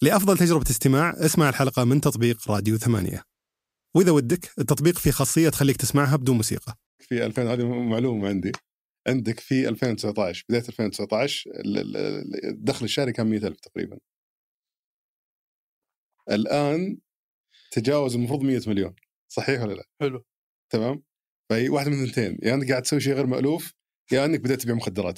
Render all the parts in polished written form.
لأفضل تجربة استماع اسمع الحلقة من تطبيق راديو 8. وإذا ودك التطبيق فيه خاصية تخليك تسمعها بدون موسيقى. في 2000 هذه معلومة عندك في 2019 بداية 2019 الدخل الشهري كان 100,000 تقريبا. الآن تجاوز المفروض 100 مليون. صحيح ولا لا؟ حلو. تمام. فهي واحدة من اثنتين، يا أنك قاعد تسوي شيء غير مألوف يا أنك بدأت تبيع مخدرات.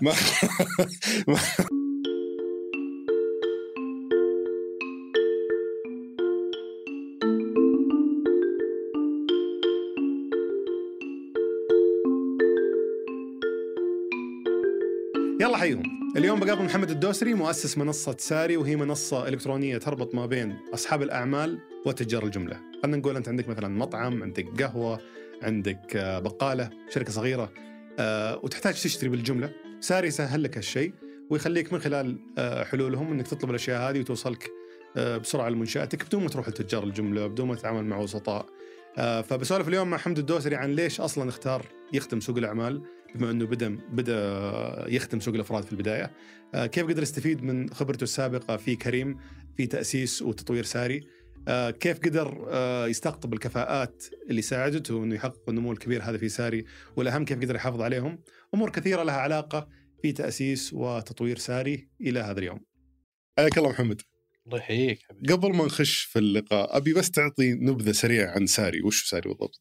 يلا حيهم. اليوم بقابل محمد الدوسري مؤسس منصة ساري، وهي منصة إلكترونية تربط ما بين أصحاب الأعمال وتجار الجملة. خلنا نقول أنت عندك مثلا مطعم، عندك قهوة، عندك بقالة، شركة صغيرة، وتحتاج تشتري بالجملة. ساري يسهل لك هالشيء ويخليك من خلال حلولهم أنك تطلب الأشياء هذه وتوصلك بسرعة لمنشأتك بدون ما تروح لتجار الجملة، بدون ما تتعامل مع وسطاء. فبسولف اليوم مع محمد الدوسري عن ليش أصلا اختار يخدم سوق الأعمال بما أنه بدأ يخدم سوق الأفراد في البداية، كيف قدر يستفيد من خبرته السابقة في كريم في تأسيس وتطوير ساري، كيف قدر يستقطب الكفاءات اللي ساعدته أنه يحقق النمو الكبير هذا في ساري، والأهم كيف قدر يحافظ عليهم. أمور كثيرة لها علاقة في تأسيس وتطوير ساري إلى هذا اليوم. حياك الله محمد. الله يحييك حبيبي. قبل ما نخش في اللقاء أبي بس تعطي نبذة سريعة عن ساري. وش ساري بالضبط؟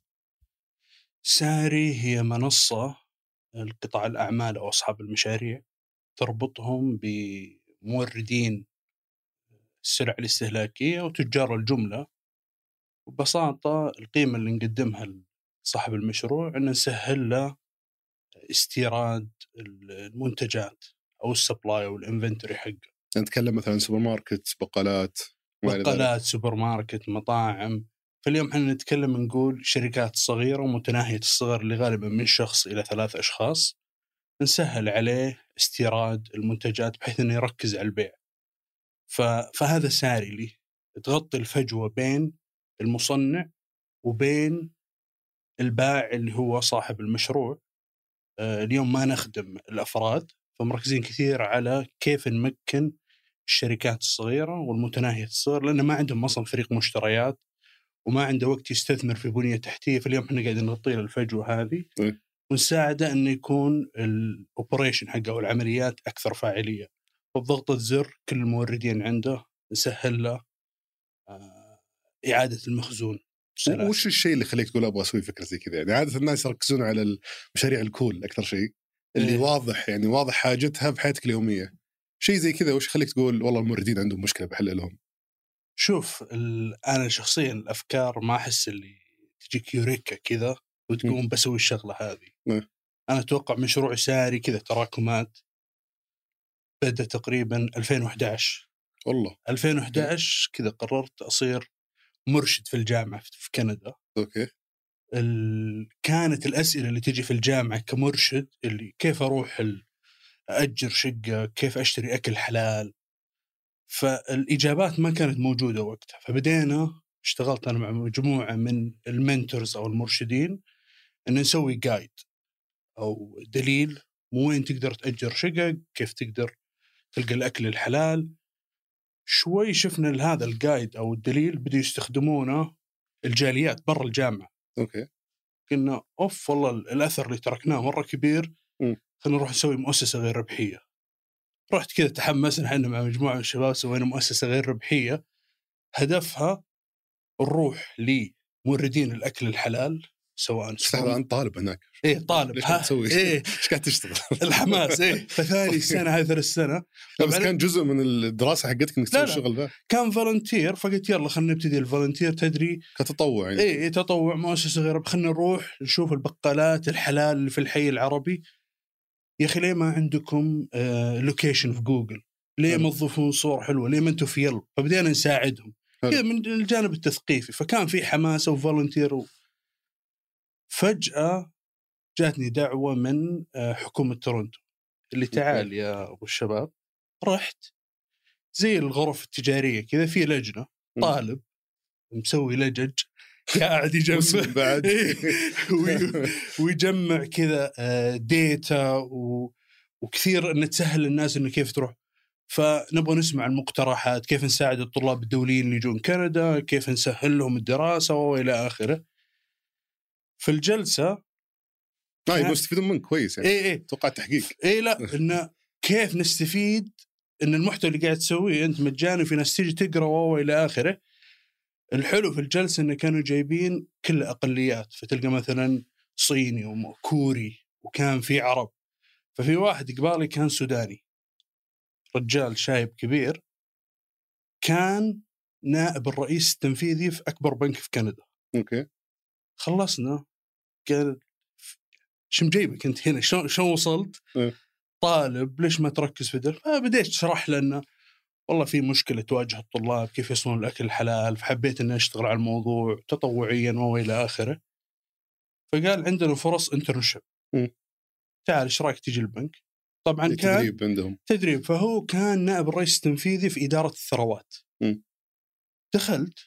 ساري هي منصة القطاع الأعمال أو أصحاب المشاريع تربطهم بموردين السلع الاستهلاكية وتجار الجملة. ببساطة القيمة اللي نقدمها لصاحب المشروع أن نسهل له استيراد المنتجات أو السبلاي أو الانفنتوري حقه. نتكلم مثلا سوبر ماركت، بقالات، سوبر ماركت، مطاعم. فاليوم احنا نتكلم نقول شركات صغيرة ومتناهية الصغر اللي غالبا من شخص إلى 3 أشخاص، نسهل عليه استيراد المنتجات بحيث أنه يركز على البيع. فهذا ساري لي تغطي الفجوة بين المصنع وبين البائع اللي هو صاحب المشروع. اليوم ما نخدم الأفراد، فمركزين كثير على كيف نمكن الشركات الصغيرة والمتناهية الصغر، لأنه ما عندهم أصلا فريق مشتريات وما عنده وقت يستثمر في بنية تحتية. فاليوم احنا قاعدين نغطي له الفجوة هذه ونساعده أن يكون الأوبريشن حقه والعمليات أكثر فاعلية. وبضغطة زر كل الموردين عنده نسهل له إعادة المخزون. وش الشيء اللي خليك تقول أبغى أسوي فكرة زي كذا؟ يعني عادة الناس يركزون على المشاريع الكول أكثر شيء، اللي واضح يعني واضح حاجتها بحياتك اليومية. شيء زي كذا وش خليك تقول والله الموردين عندهم مشكلة بحل لهم؟ شوف أنا شخصيا الأفكار ما أحس اللي تجيك يوريكا كذا وتقوم بسوي الشغلة هذه. أنا أتوقع مشروع ساري كذا تراكمات. بدأ تقريبا 2011. والله 2011 كذا قررت أصير مرشد في الجامعة في كندا. أوكي. كانت الأسئلة اللي تجي في الجامعة كمرشد اللي كيف أروح أأجر شقة، كيف أشتري أكل حلال، فالإجابات ما كانت موجودة وقتها. فبدينا اشتغلت أنا مع مجموعة من المنتورز أو المرشدين أن نسوي جايد أو دليل وين تقدر تأجر شقة، كيف تقدر تلقى الأكل الحلال. شوي شفنا هذا الجايد أو الدليل بدوا يستخدمونه الجاليات برا الجامعة. أوكي. قلنا أوف والله الأثر اللي تركناه مرة كبير، خلينا نروح نسوي مؤسسة غير ربحية. رحت كذا تحمسنا احنا مع مجموعة من الشباب، سوينا مؤسسة غير ربحية هدفها نروح لموردين الأكل الحلال سواء أنت طالب هناك. إيه طالب. إيش قاعد تشتغل؟ الحماس. إيه فثاني السنة هاي 3 سنة. بس كان جزء من الدراسة حقتك إنك تسوي الشغل ذا. كان فولنتير، فقلت يلا خلنا نبتدي الفولنتير تدري كتطوع يعني. إيه تطوع مؤسسة غير. خلنا نروح نشوف البقالات الحلال اللي في الحي العربي. يا أخي ليه ما عندكم لوكيشن في جوجل؟ ليه ما تضيفون صور حلوة؟ ليه ما أنتوا في يلب؟ فبدينا نساعدهم كذا من الجانب التثقيفي. فكان في حماسة وفولنتير فجأة جاتني دعوة من حكومة تورنتو اللي تعال يا أبو الشباب. رحت زي الغرف التجارية كذا في لجنة، طالب مسوي لجج قاعد يجمع بعد ويجمع كذا ديتا وكثير أن تسهل الناس إنه كيف تروح. فنبغى نسمع المقترحات، كيف نساعد الطلاب الدوليين اللي يجون كندا، كيف نسهل لهم الدراسة وإلى آخره. في الجلسة يبغوا يستفيدون منك كويس يعني. إيه توقع تحقيق. لا إنه كيف نستفيد، إن المحتوى اللي قاعد تسويه أنت مجاني وفي ناس تيجي تقرأ وإلى آخره. الحلو في الجلسة إنه كانوا جايبين كل أقليات، فتلقى مثلا صيني وكوري وكان في عرب. ففي واحد قبالي كان سوداني، رجال شايب كبير، كان نائب الرئيس التنفيذي في أكبر بنك في كندا. أوكي. خلصنا قال شو مجيبك أنت هنا، شلون وصلت؟ طالب ليش ما تركز في ده؟ فبديت أشرح لنا والله في مشكلة تواجه الطلاب كيف يصنعون الأكل الحلال، فحبيت أن أشتغل على الموضوع تطوعيا وإلى آخره. فقال عندنا فرص انترنشيب، تعال ايش رايك تيجي البنك؟ طبعا كان تدريب عندهم، تدريب. فهو كان نائب الرئيس التنفيذي في إدارة الثروات. دخلت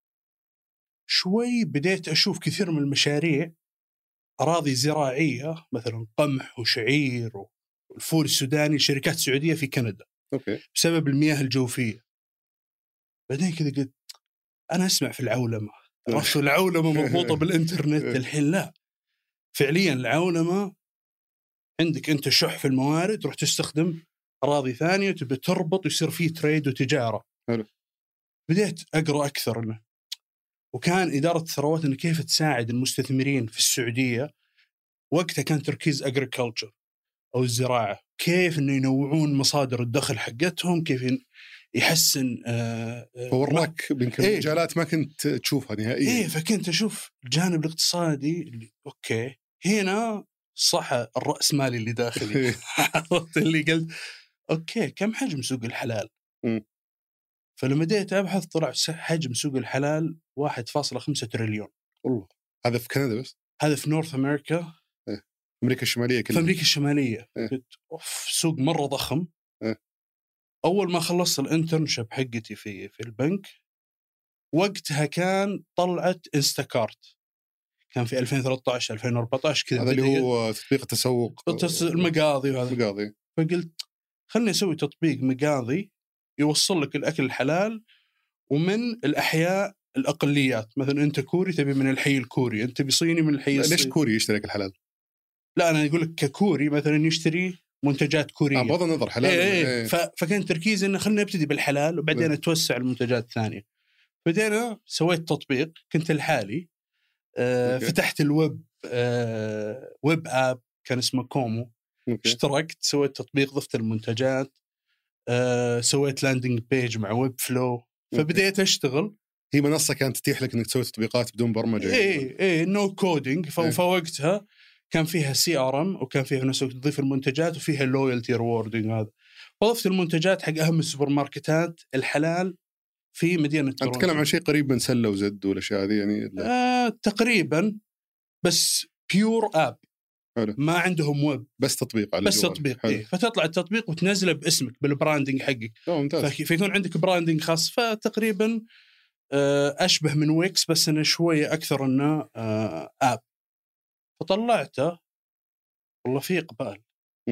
شوي بديت أشوف كثير من المشاريع، أراضي زراعية مثلا قمح وشعير والفول السوداني، شركات سعودية في كندا. أوكي. بسبب المياه الجوفية. بعدين كذا قلت أنا أسمع في العولمة، عرفت العولمة مربوطة بالإنترنت. الحين لا، فعليا العولمة عندك أنت شح في الموارد، تروح تستخدم أراضي ثانية تبي تربط ويصير فيه تريد وتجارة. حلو. بديت أقرأ أكثر إنه، وكان إدارة الثروات إنه كيف تساعد المستثمرين في السعودية. وقتها كان تركيز agriculture أو الزراعة، كيف إنه ينوعون مصادر الدخل حقتهم، كيف يحسن. فوراك يمكن مجالات ما كنت تشوفها نهائيا. فكنت أشوف الجانب الاقتصادي اللي أوكي هنا صح، الرأسمالي اللي داخلي اللي قلت أوكي كم حجم سوق الحلال. فلما بديت أبحث طلع حجم سوق الحلال 1.5 تريليون. والله هذا في كندا بس؟ هذا في نورث أمريكا. أمريكا الشمالية كلها. في أمريكا الشمالية. قلت أوف سوق مرة ضخم. أول ما خلصت الانترنشيب حقتي في البنك، وقتها كان طلعت انستاكارت، كان في 2013 2014 كذا. هذا اللي هو تطبيق التسوق، المقاضي وهذا. المقاضي. فقلت خلني أسوي تطبيق مقاضي يوصل لك الأكل الحلال ومن الأحياء الأقليات. مثلا أنت كوري تبي من الحي الكوري، أنت بصيني من الحي الصيني. ليش كوري يشتري أكل حلال؟ لا أنا أقول لك ككوري مثلا يشتري منتجات كورية. بغض النظر حلال. فكان تركيز إنه خلنا نبتدي بالحلال وبعدين أتوسع المنتجات الثانية. بدينا سويت تطبيق كنت لحالي. فتحت الويب، ويب آب كان اسمه كومو. اشتركت، سويت تطبيق، ضفت المنتجات، سويت لاندنج بيج مع ويب فلو. فبديت أشتغل. هي منصة كانت تتيح لك إنك تسوي تطبيقات بدون برمجة. نو كودينج. فوقتها كان فيها CRM وكان فيها نفس تضيف المنتجات وفيها لويالتي ريوردينج. هذا وضفت المنتجات حق أهم السوبر ماركتات الحلال في مدينة تورونتو. أتكلم عن شيء قريب من سلة وزد والأشياء هذه يعني. تقريبا، بس بيور آب. حلو. ما عندهم ويب، بس تطبيق على بس تطبيق. فتطلع التطبيق وتنزله باسمك بالبراندنج حقك. فيكون عندك براندنج خاص. فتقريبا أشبه من ويكس، بس أنا شوية أكثر إنه آب. فطلعته والله في إقبال.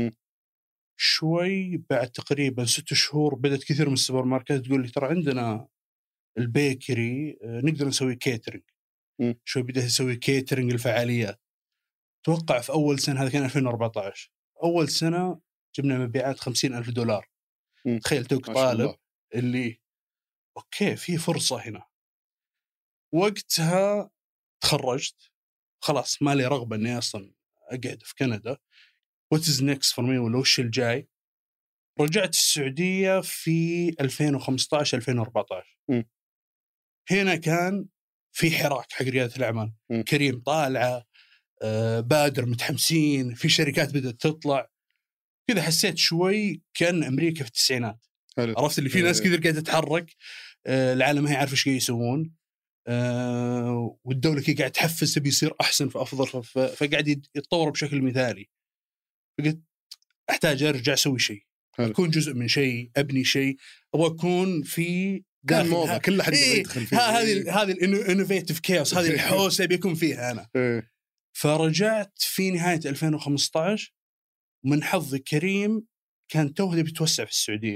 شوي بعد تقريبا 6 شهور بدأت كثير من السوبر ماركت تقول لي ترى عندنا البيكري نقدر نسوي كيترينج. شوي بدأت أسوي كيترينج الفعاليات. توقع في أول سنة، هذا كان 2014، أول سنة جبنا مبيعات $50,000. تخيل توك طالب اللي أوكي في فرصة هنا. وقتها تخرجت خلاص، ما لي رغبة أني أصلا أقعد في كندا. What is next for me؟ ولا وش الجاي؟ رجعت السعودية في 2015-2014. هنا كان في حراك حق ريادة الأعمال. كريم طالعة، بادر متحمسين، في شركات بدأت تطلع كذا. حسيت شوي كأن أمريكا في التسعينات. عرفت اللي في ناس كثير قاعدة تتحرك، العالم ما هي عارفة ايش يسوون، والدولة كي قاعد تحفز تبي يصير أحسن فأفضل، فقاعد يتطور بشكل مثالي. فقلت أحتاج أرجع أسوي شيء، أكون جزء من شيء، أبني شيء، أبغى أكون في كان موضة كل حد يدخل فيها. هذه الانوفيتيف كيوس، هذه الحوسة بيكون فيها أنا. فرجعت في نهاية 2015. من حظي كريم كان توه بيتوسع في السعودية،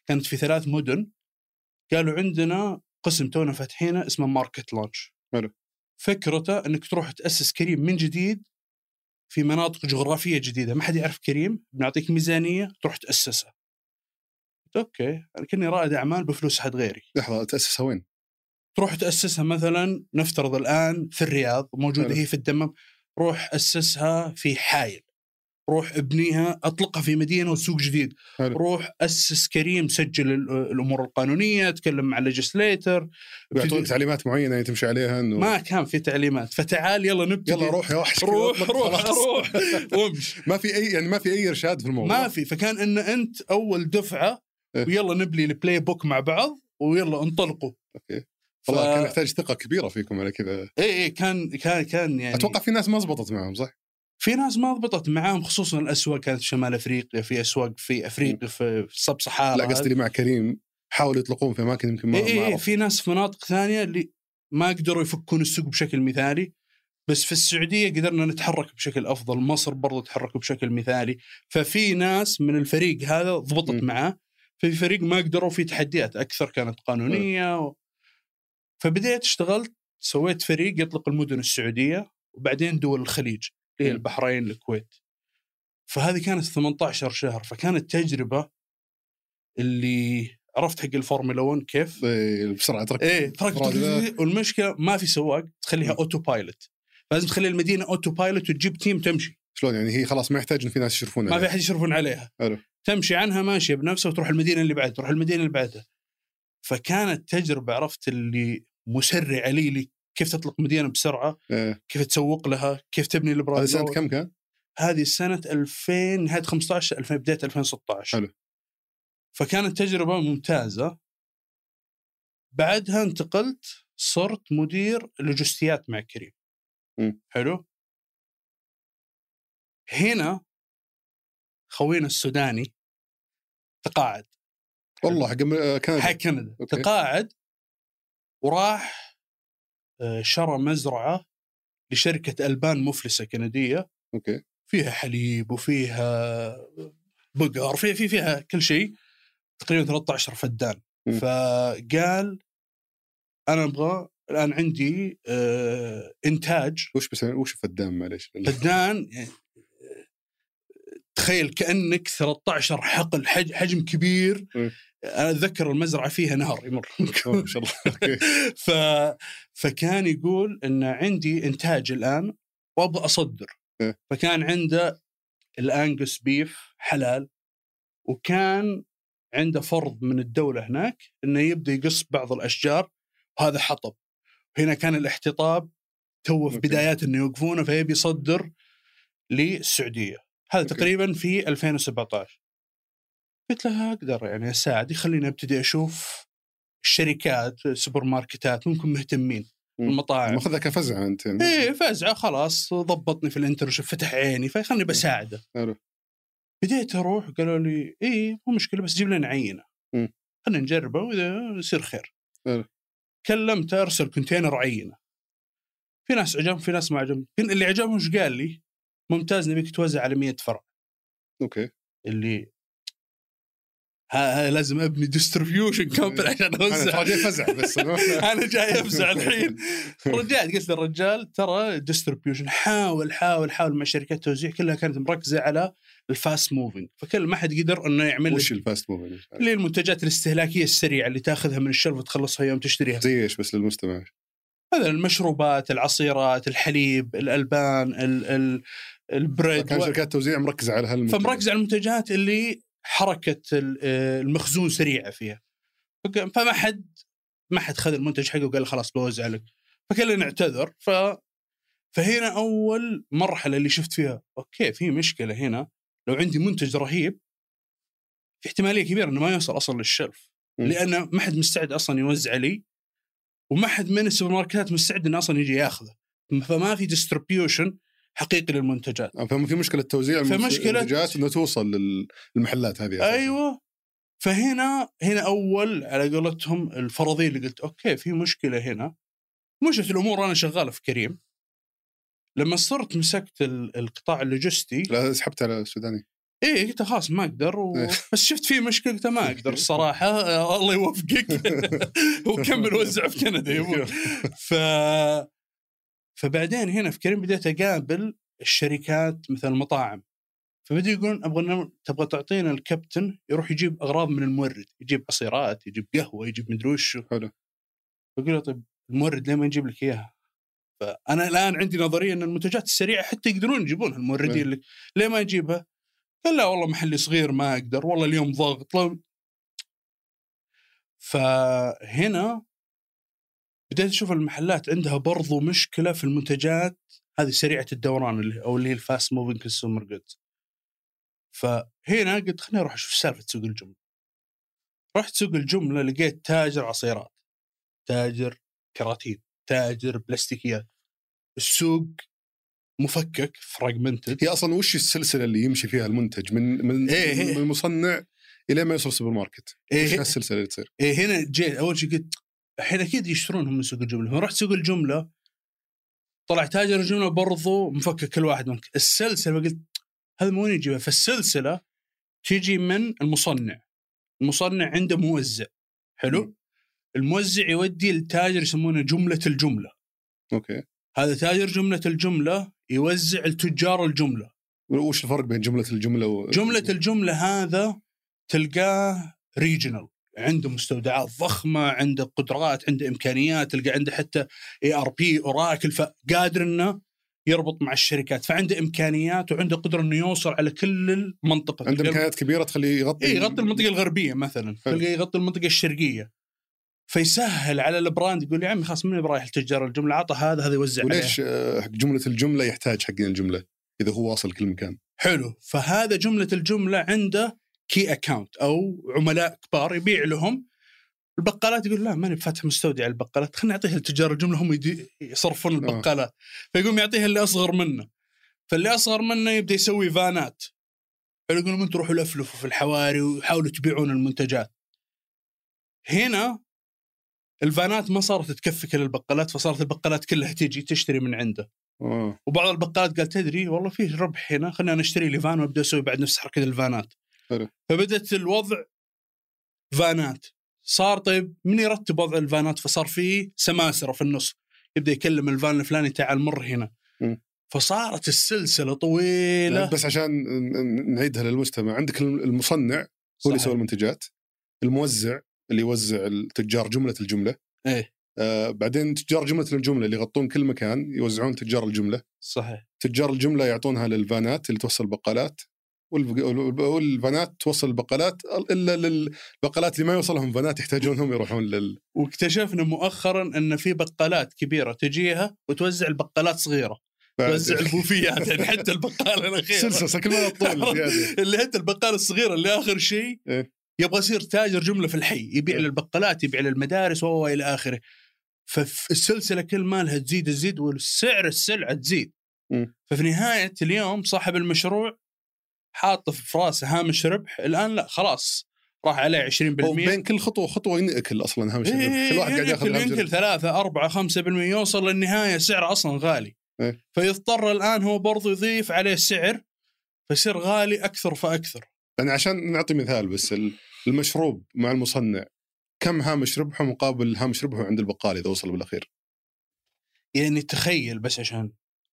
كانت في 3 مدن. قالوا عندنا قسم تونا فاتحينه اسمه ماركت لانش. حلو. فكرته انك تروح تأسس كريم من جديد في مناطق جغرافية جديدة، ما حد يعرف كريم، بنعطيك ميزانية تروح تأسسها. اوكي، انا كني رائد اعمال بفلوس حد غيري. لحظه، تاسسها وين؟ تروح تأسسها مثلا، نفترض الآن في الرياض موجودة، حلو. هي في الدمام، روح أسسها في حائل، روح ابنيها أطلقها في مدينة وسوق جديد. حلو. روح أسس كريم، سجل الأمور القانونية، تكلم مع الليجسليتر، يعطونك تعليمات معينه تمشي عليها انه ما كان في تعليمات، فتعال يلا نبتدي، يلا روح يا وحش، روح وامشي. ما في اي يعني ما في اي ارشاد في الموضوع، ما في. فكان ان انت اول دفعه إيه؟ ويلا نبلي البلاي بوك مع بعض ويلا انطلقوا. اوكي. والله كان يحتاج ثقه كبيره فيكم على كذا. ايه كان يعني اتوقع في ناس ما زبطت معهم، صح؟ في ناس ما ضبطت معاهم، خصوصا الاسواق كانت في شمال افريقيا، في اسواق في افريقيا في السب صحارى. لا قصدي مع كريم حاولوا يطلقون في اماكن يمكن ما إيه في ناس في مناطق ثانيه اللي ما قدروا يفكون السوق بشكل مثالي. بس في السعوديه قدرنا نتحرك بشكل افضل، مصر برضو تحركوا بشكل مثالي. ففي ناس من الفريق هذا ضبطت معاه، في فريق ما قدروا، في تحديات اكثر كانت قانونيه فبديت اشتغلت، سويت فريق يطلق المدن السعوديه وبعدين دول الخليج اللي هي البحرين الكويت. فهذه كانت 18 شهر. فكانت تجربة اللي عرفت حق الفورمولا 1 كيف بسرعة ترك والمشكلة ما في سواق تخليها أوتو بايلوت، لازم تخلي المدينة أوتو بايلوت وتجيب تيم تمشي. شلون يعني؟ هي خلاص ما يحتاج إن في ناس يشرفون عليها، ما في أحد يشرفون عليها. حلو. تمشي عنها ماشية بنفسها وتروح المدينة اللي بعدها، تروح المدينة اللي بعدها. فكانت تجربة عرفت اللي مسرعة لي كيف تطلق مدينة بسرعة، كيف تسوق لها، كيف تبني البراند. هذه سنة كم كان؟ هذه سنة 2000 نهاية 15 2000 بداية 2016. حلو. فكانت تجربة ممتازة. بعدها انتقلت، صرت مدير لوجستيات مع كريم. حلو. هنا خوينا السوداني تقاعد، والله حق كندا تقاعد وراح شرى مزرعة لشركة ألبان مفلسة كندية. اوكي. فيها حليب وفيها بقر، فيها كل شيء، تقريبا 13 فدان. فقال أنا أبغى الآن عندي إنتاج. وش فدان؟ معليش. فدان يعني تخيل كأنك 13 حقل، حجم كبير. أنا أتذكر المزرعة فيها نهر يمر ما شاء الله. فكان يقول إن عندي إنتاج الآن وأبغى أصدر. فكان عنده الأنجس بيف حلال، وكان عنده فرض من الدولة هناك إنه يبدأ يقص بعض الأشجار، وهذا حطب. هنا كان الاحتطاب تو في بدايات إنه يوقفونه، فيبي يصدر للسعودية. هذا تقريبا في 2017. قلت له أقدر يعني أساعد، خليني أبتدي أشوف الشركات، سوبر ماركتات ممكن مهتمين، المطاعم. ماخذها كفزعة أنت يعني. إيه فزعة، خلاص ضبطني في الانترنشيب، فتح عيني، فخلني بساعده. بديت أروح، قالوا لي إيه مو مشكلة، بس جيب لنا عينة خلينا نجربه وإذا يصير خير. كلمت، أرسل كونتينر عينة. في ناس عجبهم، في ناس ما عجبهم. اللي عجبهم وش قال لي؟ ممتاز، نبيك توزع على 100 فرع. أوكي. اللي لازم ابني ديستريبيوشن كامبل عشان اوزع. انا جاي افزع بس انا جاي افزع الحين. رجعت قلت للرجال ترى ديستريبيوشن، حاول مع شركات توزيع كلها كانت مركزه على الفاست موفينج، فكل ما حد قدر انه يعمل. وش الفاست موفينج؟ اللي المنتجات الاستهلاكيه السريعه اللي تاخذها من الشلف وتخلصها يوم تشتريها. زي ايش بس للمستمع؟ هذا المشروبات، العصيرات، الحليب، الالبان، البريد. كان شركات توزيع مركزه على هالمنتجات، فمركزه على المنتجات اللي حركة المخزون سريعة فيها. فما حد خذ المنتج حقه وقال خلاص بوزع لك، فكلنا نعتذر. فهنا أول مرحلة اللي شفت فيها أوكي في مشكلة هنا. لو عندي منتج رهيب في احتمالية كبيرة إنه ما يوصل أصلا للشلف، لأن ما حد مستعد أصلا يوزع لي، وما حد من السوبر ماركتات مستعد إنه أصلا يجي ياخذه. فما في ديستريبيوشن حقيقي للمنتجات. فما في مشكلة توزيع المنتجات إنه توصل للمحلات هذه أساساً. أيوة. فهنا أول على قولتهم الفرضية اللي قلت أوكي في مشكلة هنا. مشت الأمور، أنا شغال في كريم. لما صرت مسكت القطاع اللوجستي، لا سحبت على السوداني. ايه قلت خلاص ما اقدر بس شفت فيه مشكله قلت ما اقدر الصراحه. الله يوفقك. وكمل وزع في كندا يبون. فبعدين هنا في كريم بديت اقابل الشركات مثل المطاعم، فبدأوا يقولون تبغى تعطينا الكابتن يروح يجيب اغراض من المورد، يجيب عصيرات، يجيب قهوه، يجيب مدري وش. حلو. فقول له طيب المورد ليه ما نجيب لك اياها؟ فانا الان عندي نظريه ان المنتجات السريعه حتى يقدرون يجيبونها الموردين لك، ليه ما يجيبها؟ قال لا والله محلي صغير ما اقدر، والله اليوم ضغط. فهنا بديت اشوف المحلات عندها برضو مشكله في المنتجات هذه سريعه الدوران اللي هي الفاست موفينج كونسيومر جودز. فهنا قلت خليني اروح اشوف سالفه سوق الجمله. رحت سوق الجمله لقيت تاجر عصيرات، تاجر كراتين، تاجر بلاستيكيات. السوق مفكك فراجمنتد. هي اصلا وش السلسله اللي يمشي فيها المنتج من المصنع الى ما يوصل السوبر ماركت؟ وش هالسلسله اللي تصير؟ هنا جيت اول شيء قلت الحين اكيد يشترونهم من سوق الجمله. فرحت سوق الجمله طلع تاجر الجمله برضو مفكك كل واحد منك. السلسله قلت هذا مو وين يجيبها؟ فالسلسله تيجي من المصنع عنده موزع حلو. الموزع يودي التاجر يسمونه جمله الجمله. اوكي. هذا تاجر جمله الجمله يوزع التجار الجمله. وش الفرق بين جمله الجمله جمله الجمله هذا تلقاه ريجنال، عنده مستودعات ضخمه، عنده قدرات، عنده امكانيات، تلقى عنده حتى ERP اوراكل، فقادر انه يربط مع الشركات، فعنده امكانيات وعنده قدره انه يوصل على كل المنطقه. عنده امكانيات كبيره تخليه يغطي المنطقه الغربيه مثلا، تلقى يغطي المنطقه الشرقيه. فيسهل على البراند، يقول يا عمي خلاص من برايح التجار الجمله عطى هذا يوزع عليه. وليش جمله الجمله يحتاج حقين الجمله اذا هو واصل كل مكان؟ حلو. فهذا جمله الجمله عنده كي اكاونت او عملاء كبار يبيع لهم. البقالات يقول لا ماني فاتح مستودع البقالات، خلينا نعطيها لتجار الجمله هم يصرفون البقالات. فيقوم يعطيها اللي اصغر منه، فاللي اصغر منه يبدا يسوي فانات. يقولون انتم تروحوا لفلفوا في الحواري وحاولوا تبيعون المنتجات. هنا الفانات ما صارت تكفي كل البقالات، فصارت البقالات كلها تيجي تشتري من عنده. وبعض البقالات قال تدري والله فيه ربح هنا، خلينا نشتري لي فان وابدا اسوي بعد نفس حركه الفانات. فبدت الوضع فانات. صار طيب من يرتب وضع الفانات؟ فصار فيه سماسرة في النص، يبدا يكلم الفان الفلاني تعال مر هنا. فصارت السلسله طويله. بس عشان نعيدها للمستمع، عندك المصنع هو اللي يسوي المنتجات، الموزع اللي يوزع التجار جمله الجمله، بعدين تجار جمله الجمله اللي يغطون كل مكان يوزعون تجار الجمله. صحيح. تجار الجمله يعطونها للفانات اللي توصل بقالات، والفانات توصل البقالات، الا للبقالات اللي ما يوصلهم فانات يحتاجونهم يروحون واكتشفنا مؤخرا ان في بقالات كبيره تجيها وتوزع البقالات صغيره، توزع البوفيات. يعني حتى البقاله الاخيره سلسله كل ما طول اللي حتى البقاله الصغيره اللي اخر شيء يبغى يصير تاجر جمله في الحي، يبيع للبقالات، يبيع للمدارس والى اخره. فالسلسله كل مالها تزيد والسعر السلعه تزيد. ففي نهايه اليوم صاحب المشروع حاط في راسه هامش ربح الآن لا خلاص راح عليه 20%. بين كل خطوة ينأكل أصلا هامش الربح. كل واحد قاعد يأخذ ينأكل 3 4 5% يوصل للنهاية سعر أصلا غالي. فيضطر الآن هو برضو يضيف عليه السعر فيصير غالي أكثر فأكثر. يعني عشان نعطي مثال بس، المشروب مع المصنع كم هامش ربحه مقابل هامش ربحه عند البقال إذا وصل بالأخير؟ يعني تخيل بس عشان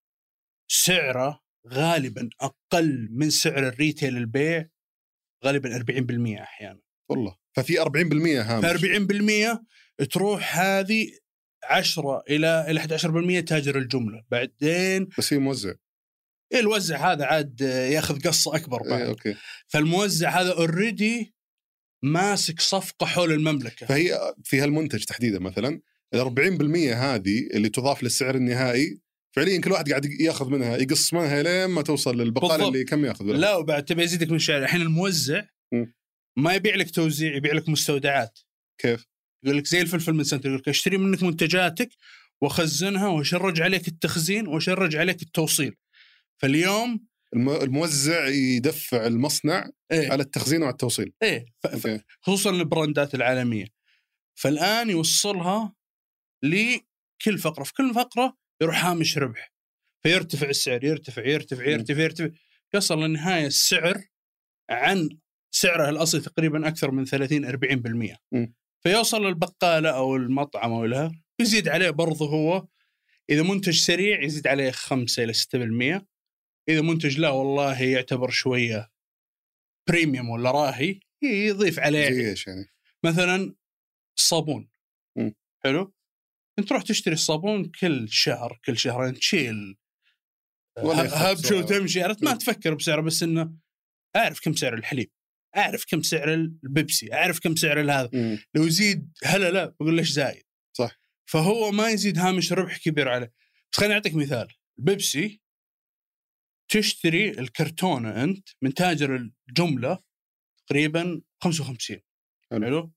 سعره غالبا أقل من سعر الريتيل البيع، غالبا 40% أحيانا. والله ففي 40% هامش. 40% تروح هذه 10 إلى 11% تاجر الجملة. بعدين بس هي موزع. الوزع هذا عاد ياخذ قصة أكبر بعد. أوكي. فالموزع هذا أوريدي ماسك صفقة حول المملكة. فهي في هالمنتج تحديدا مثلا 40% هذه اللي تضاف للسعر النهائي فعليا كل واحد قاعد ياخذ منها، يقص منها لين ما توصل للبقالة اللي كم ياخذ منها. لا وبعد تبي يزيدك من الشعر. الحين الموزع ما يبيع لك توزيع، يبيع لك مستودعات. كيف؟ يقول لك زي الفلفل من سنتر، يقول لك اشتري منك منتجاتك وخزنها وشرج عليك التخزين وشرج عليك التوصيل. فاليوم الموزع يدفع المصنع على التخزين وعلى التوصيل. خصوصا البراندات العالمية. فالآن يوصلها لكل فقرة، في كل فقرة يروح هامش ربح، فيرتفع السعر، يرتفع يصل للنهاية السعر عن سعره الأصلي تقريبا أكثر من 30-40%. فيوصل البقالة أو المطعم أو لها يزيد عليه برضه هو. إذا منتج سريع يزيد عليه 5-6%. إذا منتج لا والله يعتبر شوية بريميوم ولا راهي يضيف عليه. زي إيش يعني؟ مثلا الصابون. حلو. أنت تروح تشتري الصابون كل شهر كل شهرين تشيل هبشة وتمشي، عرفت ما تفكر بسعره، بس إنه أعرف كم سعر الحليب، أعرف كم سعر البيبسي، أعرف كم سعر هذا. لو يزيد هلا لا بقول ليش زايد. صح. فهو ما يزيد هامش ربح كبير عليه. بس خليني أعطيك مثال. البيبسي تشتري الكرتونة أنت من تاجر الجملة تقريبا 55. حلو.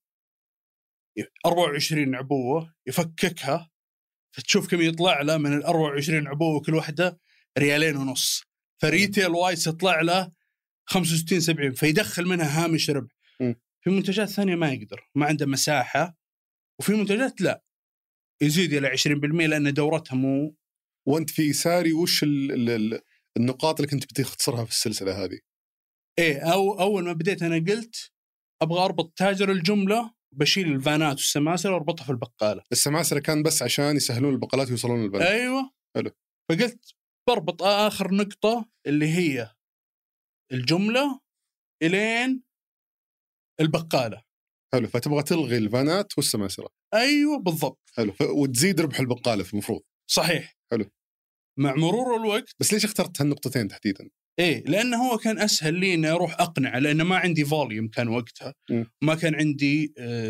24 عبوة يفككها، فتشوف كم يطلع له من 24 عبوة كل واحدة 2.50 ريال. فريتيل وايس يطلع له 65-70، فيدخل منها هامش ربح. في منتجات ثانية ما يقدر، ما عنده مساحة. وفي منتجات لا يزيد إلى 20% لأن دورتها مو. وأنت في يساري وش النقاط اللي كنت بتختصرها في السلسلة هذه؟ إيه، أو أول ما بديت أنا قلت أبغى أربط تاجر الجملة، بشيل الفانات والسماسرة واربطها في البقالة. السماسرة كان بس عشان يسهلون البقالات ويوصلون للبنات. أيوة. حلو. فقلت بربط آخر نقطة اللي هي الجملة إلين البقالة. حلو. فتبغى تلغي الفانات والسماسرة. أيوة بالضبط. حلو. وتزيد ربح البقالة في المفروض. صحيح. حلو. مع مرور الوقت. بس ليش اخترت هالنقطتين تحديدا؟ إيه، لأنه هو كان أسهل لي إني أروح أقنع، لأنه ما عندي فوليوم كان وقتها. ما كان عندي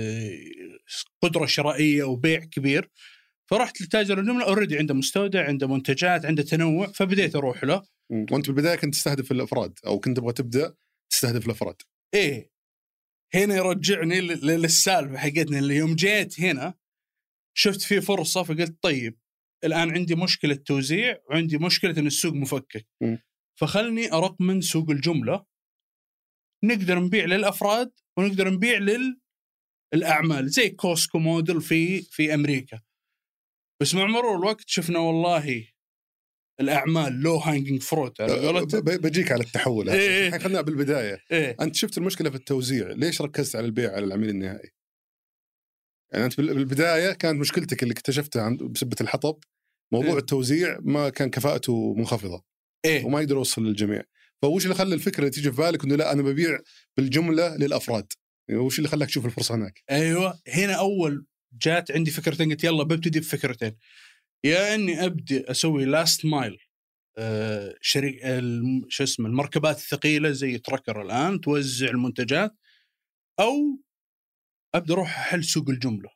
قدرة شرائية وبيع كبير. فرحت لتاجر الجملة أوريدي عنده مستودع، عنده منتجات، عنده تنوع، فبديت أروح له. وأنت بالبداية كنت تستهدف الأفراد أو كنت تبغى تبدأ تستهدف الأفراد؟ إيه. هنا يرجعني للسالفة حقتنا اللي يوم جيت هنا شفت فيه فرصة، فقلت طيب الآن عندي مشكلة توزيع وعندي مشكلة إن السوق مفكك. فخلني أرق من سوق الجملة، نقدر نبيع للأفراد ونقدر نبيع للأعمال زي كوسكو موديل في أمريكا. بس مع مرور الوقت شفنا والله الأعمال لو هانجينج فروت. بجيك على التحول. إيه. خلنا بالبداية. إيه. أنت شفت المشكلة في التوزيع، ليش ركزت على البيع على العميل النهائي؟ يعني أنت بالبداية كانت مشكلتك اللي اكتشفتها بسبة الحطب موضوع التوزيع، ما كان كفاءته منخفضة. وما يقدر يوصل للجميع. فوش اللي خلى الفكرة اللي تيجي في بالك إنه لا أنا ببيع بالجملة للأفراد؟ يعني وش اللي خلاك تشوف الفرصة هناك؟ أيوة، هنا أول جات عندي فكرتين، قلت يلا ببتدي بفكرتين. يا إني أبدأ أسوي لاست مايل، شريك شو اسمه المركبات الثقيلة زي تركر الآن توزع المنتجات، أو أبدأ أروح أحل سوق الجملة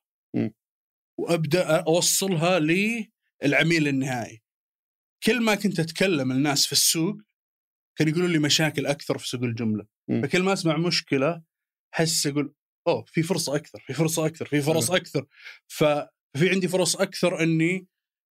وأبدأ أوصلها للعميل النهائي. كل ما كنت أتكلم الناس في السوق كان يقولوا لي مشاكل أكثر في سوق الجملة. فكل ما أسمع مشكلة حس أقول أوه في فرصة أكثر، في فرصة أكثر، في فرص أكثر. ففي عندي فرص أكثر أني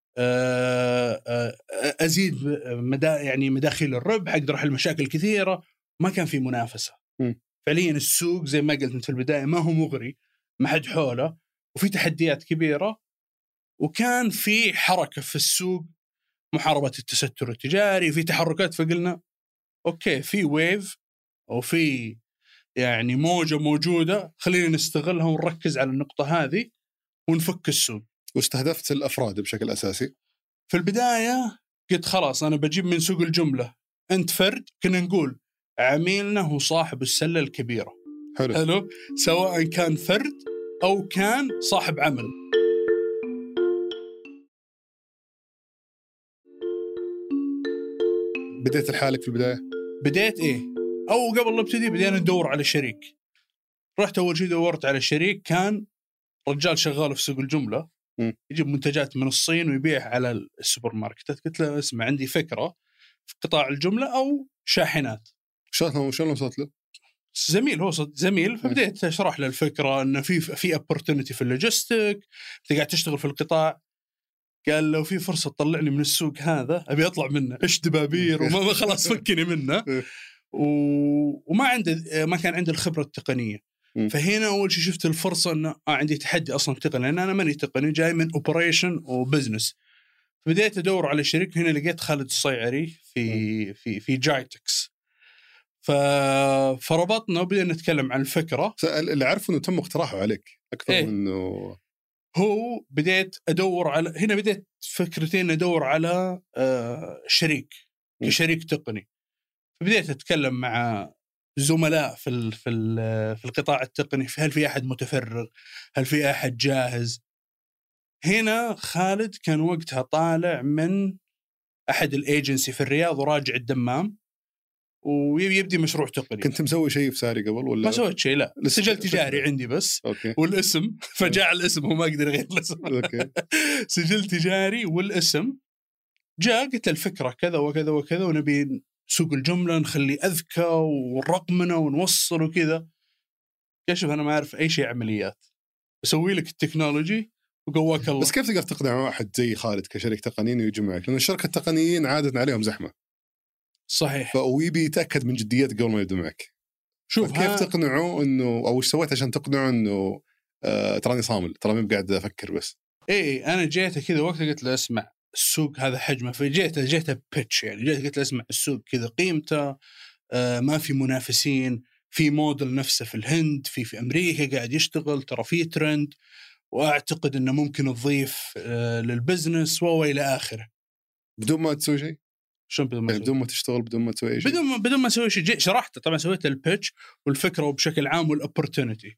أزيد يعني مداخل الربح، أقدر أحل مشاكل كثيرة. ما كان في منافسة فعليا. السوق زي ما قلت في البداية ما هو مغري، ما حد حوله، وفي تحديات كبيرة، وكان في حركة في السوق، محاربة التستر التجاري، في تحركات. فقلنا أوكي في ويف أو في يعني موجة موجودة، خلينا نستغلها ونركز على النقطة هذه ونفك السوق. واستهدفت الأفراد بشكل أساسي في البداية. قلت خلاص أنا بجيب من سوق الجملة أنت فرد، كنا نقول عميلنا هو صاحب السلة الكبيرة. حلو. سواء كان فرد أو كان صاحب عمل. بديت لحالك في البداية؟ بديت إيه، أو قبل لا ابتدي بدينا ندور على شريك. رحت أول شيء دورت على شريك كان رجال شغال في سوق الجملة، يجيب منتجات من الصين ويبيع على السوبر ماركتات. قلت له اسمع عندي فكرة في قطاع الجملة أو شاحنات. شلون وصلت له؟ زميل، هو زميل. فبديت أشرح له الفكرة إنه في opportunity في اللوجستيك، أنت قاعد تشتغل في القطاع. قال لو في فرصة تطلعني من السوق هذا أبي أطلع منه، إيش دبابير وما خلاص فكني منه. ما كان عنده الخبرة التقنية. فهنا أول شيء شفت الفرصة إنه عندي تحدي أصلا تقني، لأن أنا ماني تقني، جاي من أوبريشن وبزنس. بديت أدور على شريك. هنا لقيت خالد الصيعري في جايتكس. فربطنا وبدأنا نتكلم عن الفكرة. اللي عارف انه تم اقتراحه عليك اكثر إيه؟ انه هو بديت ادور على، هنا بديت فكرتين ادور على شريك كشريك تقني. فبديت اتكلم مع زملاء في القطاع التقني، هل في احد متفرغ، هل في احد جاهز. هنا خالد كان وقتها طالع من احد الايجنسي في الرياض وراجع الدمام ويبدي مشروع تقني. كنت مسوي شيء في ساري قبل ولا ما سويت شيء؟ لا، سجل تجاري عندي بس. أوكي. والاسم فجاء الاسم، هو ما يقدر يغير الاسم. أوكي. سجل تجاري والاسم. جاء قلت الفكرة كذا وكذا وكذا، ونبي سوق الجملة نخلي أذكى ورقمنا ونوصل وكذا. كشف أنا ما أعرف أي شيء عمليات، أسوي لك التكنولوجي وقواك الله. بس كيف تقدر تقنع واحد زي خالد كشريك تقني ويجي معك؟ لأن الشركة التقنيين عادة عليهم زحمة. صحيح. ويبي يتأكد من جديتك قبل ما يبدأ معك. شوف كيف تقنعه إنه، أو إيش سويت عشان تقنعه إنه تراني صامل، ترى مو قاعد أفكر بس. إيه أنا جيت كذا وقت قلت له اسمع السوق هذا حجمه، فجيت بيتش يعني، جيت قلت له اسمع السوق كذا قيمته، ما في منافسين، في موديل نفسه في الهند، في أمريكا قاعد يشتغل، ترى في ترند، وأعتقد إنه ممكن تضيف للبزنس وإلى آخره. بدون ما تسوي شيء؟ شلون بدون ما تشتغل، بدون ما تسوي شيء؟ بدون ما اسوي شيء. شرحته طبعا، سويت البيتش والفكره وبشكل عام والopportunity.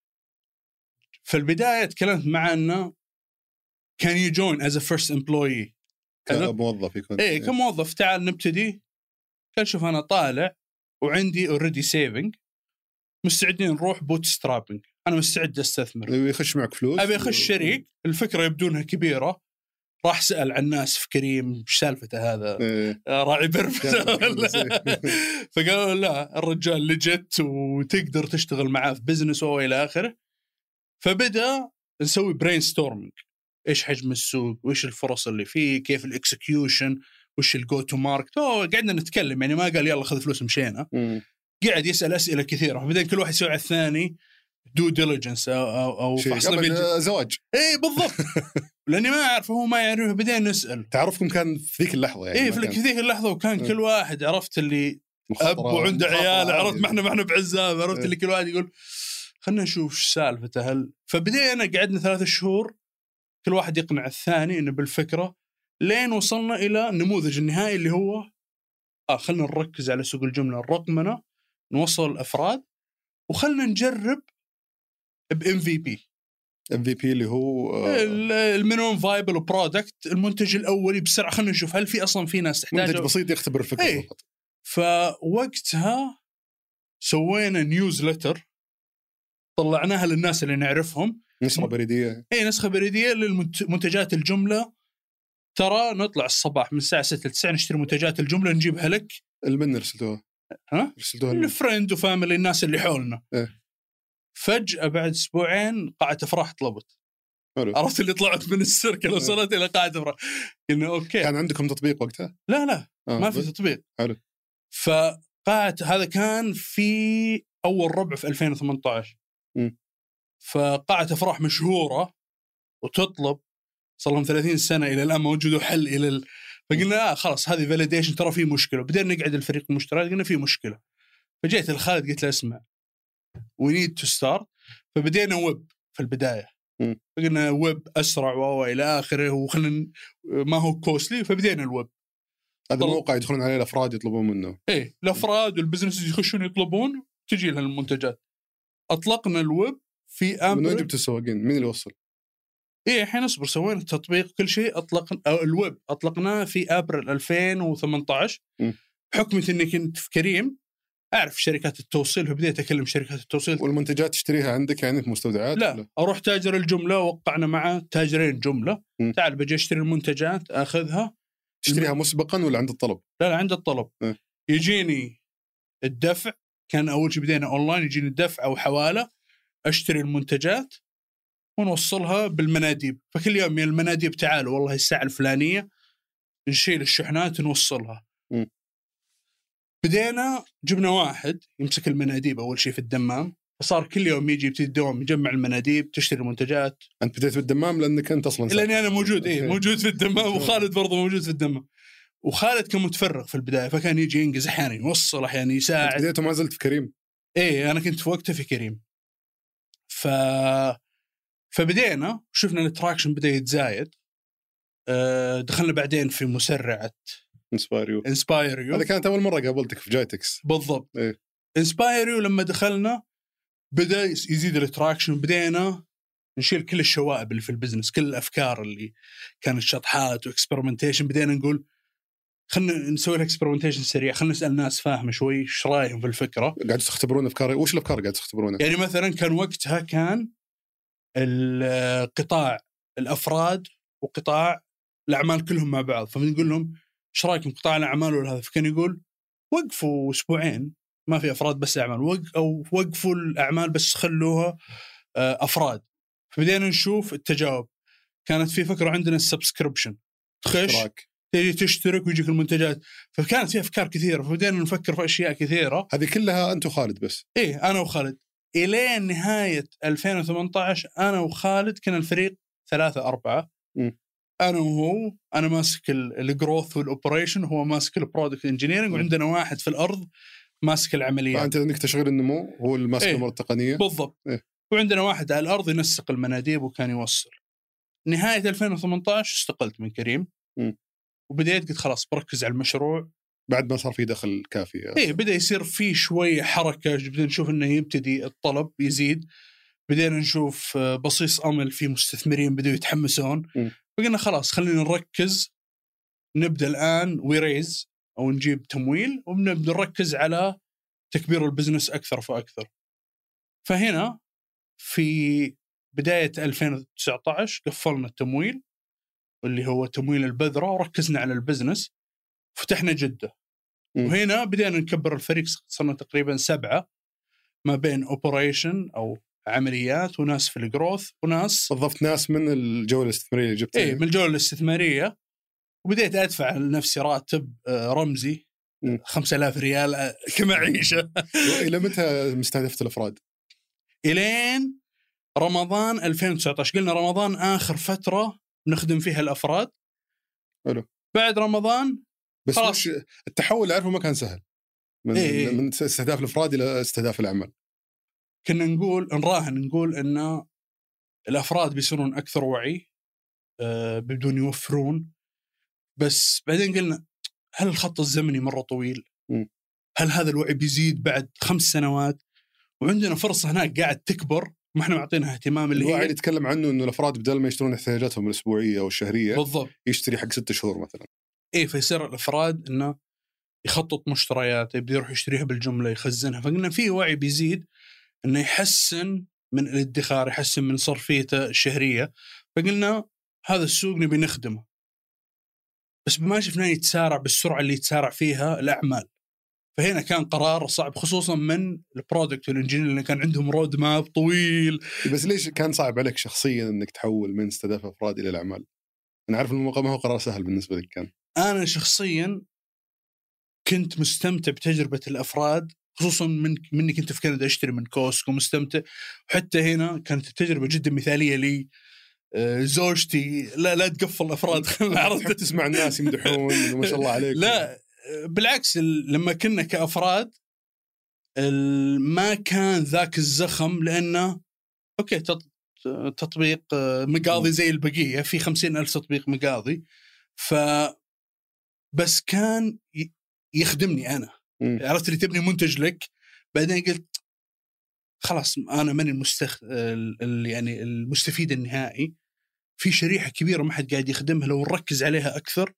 في البدايه تكلمت معه انه كان يجوين از فيرست امبلويي، كموظف يكون. ايه كموظف، تعال نبتدي. قال شوف انا طالع وعندي اوريدي سيفنج، مستعدين نروح بوت سترابنج، انا مستعد استثمر. يخش معك فلوس، ابي اخش شريك. الفكره يبدونها كبيره. راح سأل عن الناس في كريم ايش سالفته هذا، راعي برفته فقالوا لا الرجال لجت وتقدر تشتغل معاه في بزنس وإلى آخره. فبدأ نسوي برين ستورمينج، ايش حجم السوق، وايش الفرص اللي فيه، كيف الاكسكيوشن، وش الجو تو ماركت. قعدنا نتكلم يعني، ما قال يلا خذ فلوس مشينا. قاعد يسأل أسئلة كثيرة، فبدأ كل واحد يسوي على الثاني دو ديليجنس او فحص زواج. ايه بالضبط. لاني ما اعرف هو ما يعرف. بدينا نسال. تعرفكم كان في ذيك اللحظه يعني؟ ايه في ذيك اللحظه، وكان كل واحد عرفت اللي اب وعنده عيال، عرفت ما احنا بعزاب، عرفت اللي كل واحد يقول خلنا نشوف ايش سالفته. فبدينا قعدنا 3 شهور كل واحد يقنع الثاني انه بالفكره، لين وصلنا الى النموذج النهائي اللي هو خلنا نركز على سوق الجمله الرقمنه، نوصل الافراد، وخلنا نجرب ب MVP اللي هو المينيمم فايبل برودكت، المنتج الاولي بسرعه. خلينا نشوف هل في اصلا في ناس تحتاجه، منتج بسيط يختبر الفكره فقط. فوقتها سوينا نيوزلتر، طلعناها للناس اللي نعرفهم، نسخه بريديه. نسخه بريديه للمنتجات الجمله. ترى نطلع الصباح من الساعه 6 ل 9 نشتري منتجات الجمله، نجيبها لك. المن رسلتوها؟ رسلتوها الفريند وفاميلي، الناس اللي حولنا. فجأة بعد أسبوعين قاعة أفراح طلبت. عرفت اللي طلعت من السيركل وصلت إلى قاعة أفراح. إنه أوكي. كان عندكم تطبيق وقتها؟ لا ما في تطبيق. حلو. فقاعة هذا كان في أول ربع في 2018. فقاعة أفراح مشهورة وتطلب، صار لهم 30 سنة إلى الآن ما وجدوا حل إلى فقلنا خلاص هذه فاليديشن، ترى في مشكلة. بدينا نقعد الفريق المشترك، قلنا في مشكلة. فجيت الخالد قلت له اسمع we need to start. فبدينا ويب في البداية. قلنا ويب أسرع وإلى آخره، وخلنا ما هو كوستلي. فبدينا الويب. هذا الموقع يدخلون عليه الأفراد يطلبون منه. الأفراد والبزنس يخشون يطلبون، تجي لها المنتجات. أطلقنا الويب في من وين جبت السواقين؟ مين اللي وصل؟ الحين اصبر، سوينا التطبيق كل شيء. الويب أطلقناه في أبريل 2018. بحكم إني كنت في كريم أعرف شركات التوصيل، فبديت أكلم شركات التوصيل. والمنتجات تشتريها عندك يعني في مستودعات؟ لا، أروح تاجر الجملة، وقعنا مع تاجرين جملة. تعال بجي أشتري المنتجات، أخذها. تشتريها مسبقا ولا عند الطلب؟ لا عند الطلب. يجيني الدفع، كان أول شيء بدينا أونلاين، يجيني الدفع أو حوالة، أشتري المنتجات ونوصلها بالمناديب. فكل يوم من المناديب تعالوا والله الساعة الفلانية، نشيل الشحنات ونوصلها. بدينا جبنا واحد يمسك المناديب أول شيء في الدمام، فصار كل يوم يجي يبتدي الدوام يجمع المناديب، تشتري المنتجات. أنت بديت في الدمام لأنك أنت أصلاً لأني أنا موجود موجود في الدمام، وخالد برضو موجود في الدمام. وخالد كان متفرغ في البدايه، فكان يجي ينقز احيانا يوصل احيانا يساعد. بديته ما زلت في كريم؟ ايه انا كنت في وقتها في كريم. فبدينا شفنا الاتراكشن بدا يتزايد. دخلنا بعدين في مسرعه انسبايريو. هذا كانت اول مره قابلتك في جايتكس. بالضبط. إيه. انسبايريو لما دخلنا بدا يزيد الاتراكشن، بدينا نشيل كل الشوائب اللي في البزنس، كل الافكار اللي كانت شطحات واكسبيرمنتيشن. بدينا نقول خلنا نسوي لها اكسبيرمنتيشن سريع، خلنا نسال ناس فاهمه شوي ايش رايهم في الفكره. قاعد تختبرون افكار، وش الافكار قاعد تختبرونها؟ يعني مثلا كان وقتها كان القطاع الافراد وقطاع الاعمال كلهم مع بعض، فبنقول لهم ايش رايكم قطاع الاعمال ولا هذا؟ فكان يقول وقفوا اسبوعين ما في افراد بس اعمال، او وقفوا الاعمال بس خلوها افراد. فبدينا نشوف التجاوب. كانت في فكره عندنا السبسكريبشن، تخش تيجي تشترك ويجيك المنتجات. فكانت في افكار كثيره، فبدينا نفكر في اشياء كثيره. هذه كلها انت وخالد بس؟ ايه انا وخالد. الى نهايه 2018 انا وخالد كنا الفريق 3-4. انا وهو، انا ماسك الجروث والاوبريشن، هو ماسك البرودكت انجينيرنج، وعندنا واحد في الارض ماسك العمليات. فانت عندك تشغيل النمو، هو اللي ماسك الامور التقنيه. بالضبط. وعندنا واحد على الارض ينسق المناديب وكان يوصل. نهايه 2018 استقلت من كريم. وبديت قلت خلاص بركز على المشروع بعد ما صار في دخل كافي. ايه بدا يصير في شويه حركه، بدنا نشوف انه يبتدي الطلب يزيد، بدينا نشوف بصيص امل في مستثمرين بدأوا يتحمسون. فقلنا خلاص خلينا نركز، نبدا الان ويريز او نجيب تمويل، ونبدا نركز على تكبير البزنس اكثر فاكثر. فهنا في بدايه 2019 قفلنا التمويل اللي هو تمويل البذره، وركزنا على البزنس، فتحنا جده. وهنا بدينا نكبر الفريق، صرنا تقريبا 7 ما بين اوبريشن او عمليات وناس في الجروث وناس. وظفت ناس من الجوله الاستثماريه اللي جبتها؟ ايه من الجوله الاستثماريه. وبديت ادفع لنفسي راتب رمزي 5000 ريال كمعيشه. الى متى مستهدفت الافراد؟ الين رمضان 2019. قلنا رمضان اخر فتره نخدم فيها الافراد. حلو. بعد رمضان بس خلاص. التحول اعرفه ما كان سهل من من استهداف الافراد الى استهداف الاعمال. كنا نراهن ان الافراد بيصيرون اكثر وعي، بدون يوفرون. بس بعدين قلنا هل الخط الزمني مره طويل؟ هل هذا الوعي بيزيد بعد 5 سنوات؟ وعندنا فرصه هناك قاعد تكبر، ما احنا معطينها اهتمام. الوعي اللي يتكلم عنه انه الافراد بدل ما يشترون احتياجاتهم الاسبوعيه او الشهريه بالضبط يشتري حق 6 شهور مثلا. ايه فيصير الافراد انه يخطط مشترياته، يبدي يروح يشتريها بالجمله يخزنها. فقلنا في وعي بيزيد انه يحسن من الادخار، يحسن من صرفيته الشهريه. فقلنا هذا السوق نبي نخدمه، بس ما شفناه يتسارع بالسرعه اللي يتسارع فيها الاعمال. فهنا كان قرار صعب، خصوصا من البرودكت والانجينير اللي كان عندهم رود ماب طويل. بس ليش كان صعب عليك شخصيا انك تحول من استهداف افراد الى الاعمال؟ انا عارف الموضوع ما هو قرار سهل بالنسبه لك. كان انا شخصيا كنت مستمتع بتجربه الافراد، خصوصا مني كنت في كندا اشتري من كوسكو، مستمتع. وحتى هنا كانت التجربه جدا مثاليه لي. زوجتي لا تقفل الافراد، تحب تسمع الناس يمدحون ما شاء الله عليك. لا بالعكس، لما كنا كأفراد ما كان ذاك الزخم، لأنه أوكي تطبيق مقاضي زي البقية، في 50,000 تطبيق مقاضي. بس كان يخدمني أنا. عرفت اللي تبني منتج لك. بعدين قلت خلاص أنا من يعني المستفيد النهائي، في شريحة كبيرة ما حد قاعد يخدمها، لو نركز عليها أكثر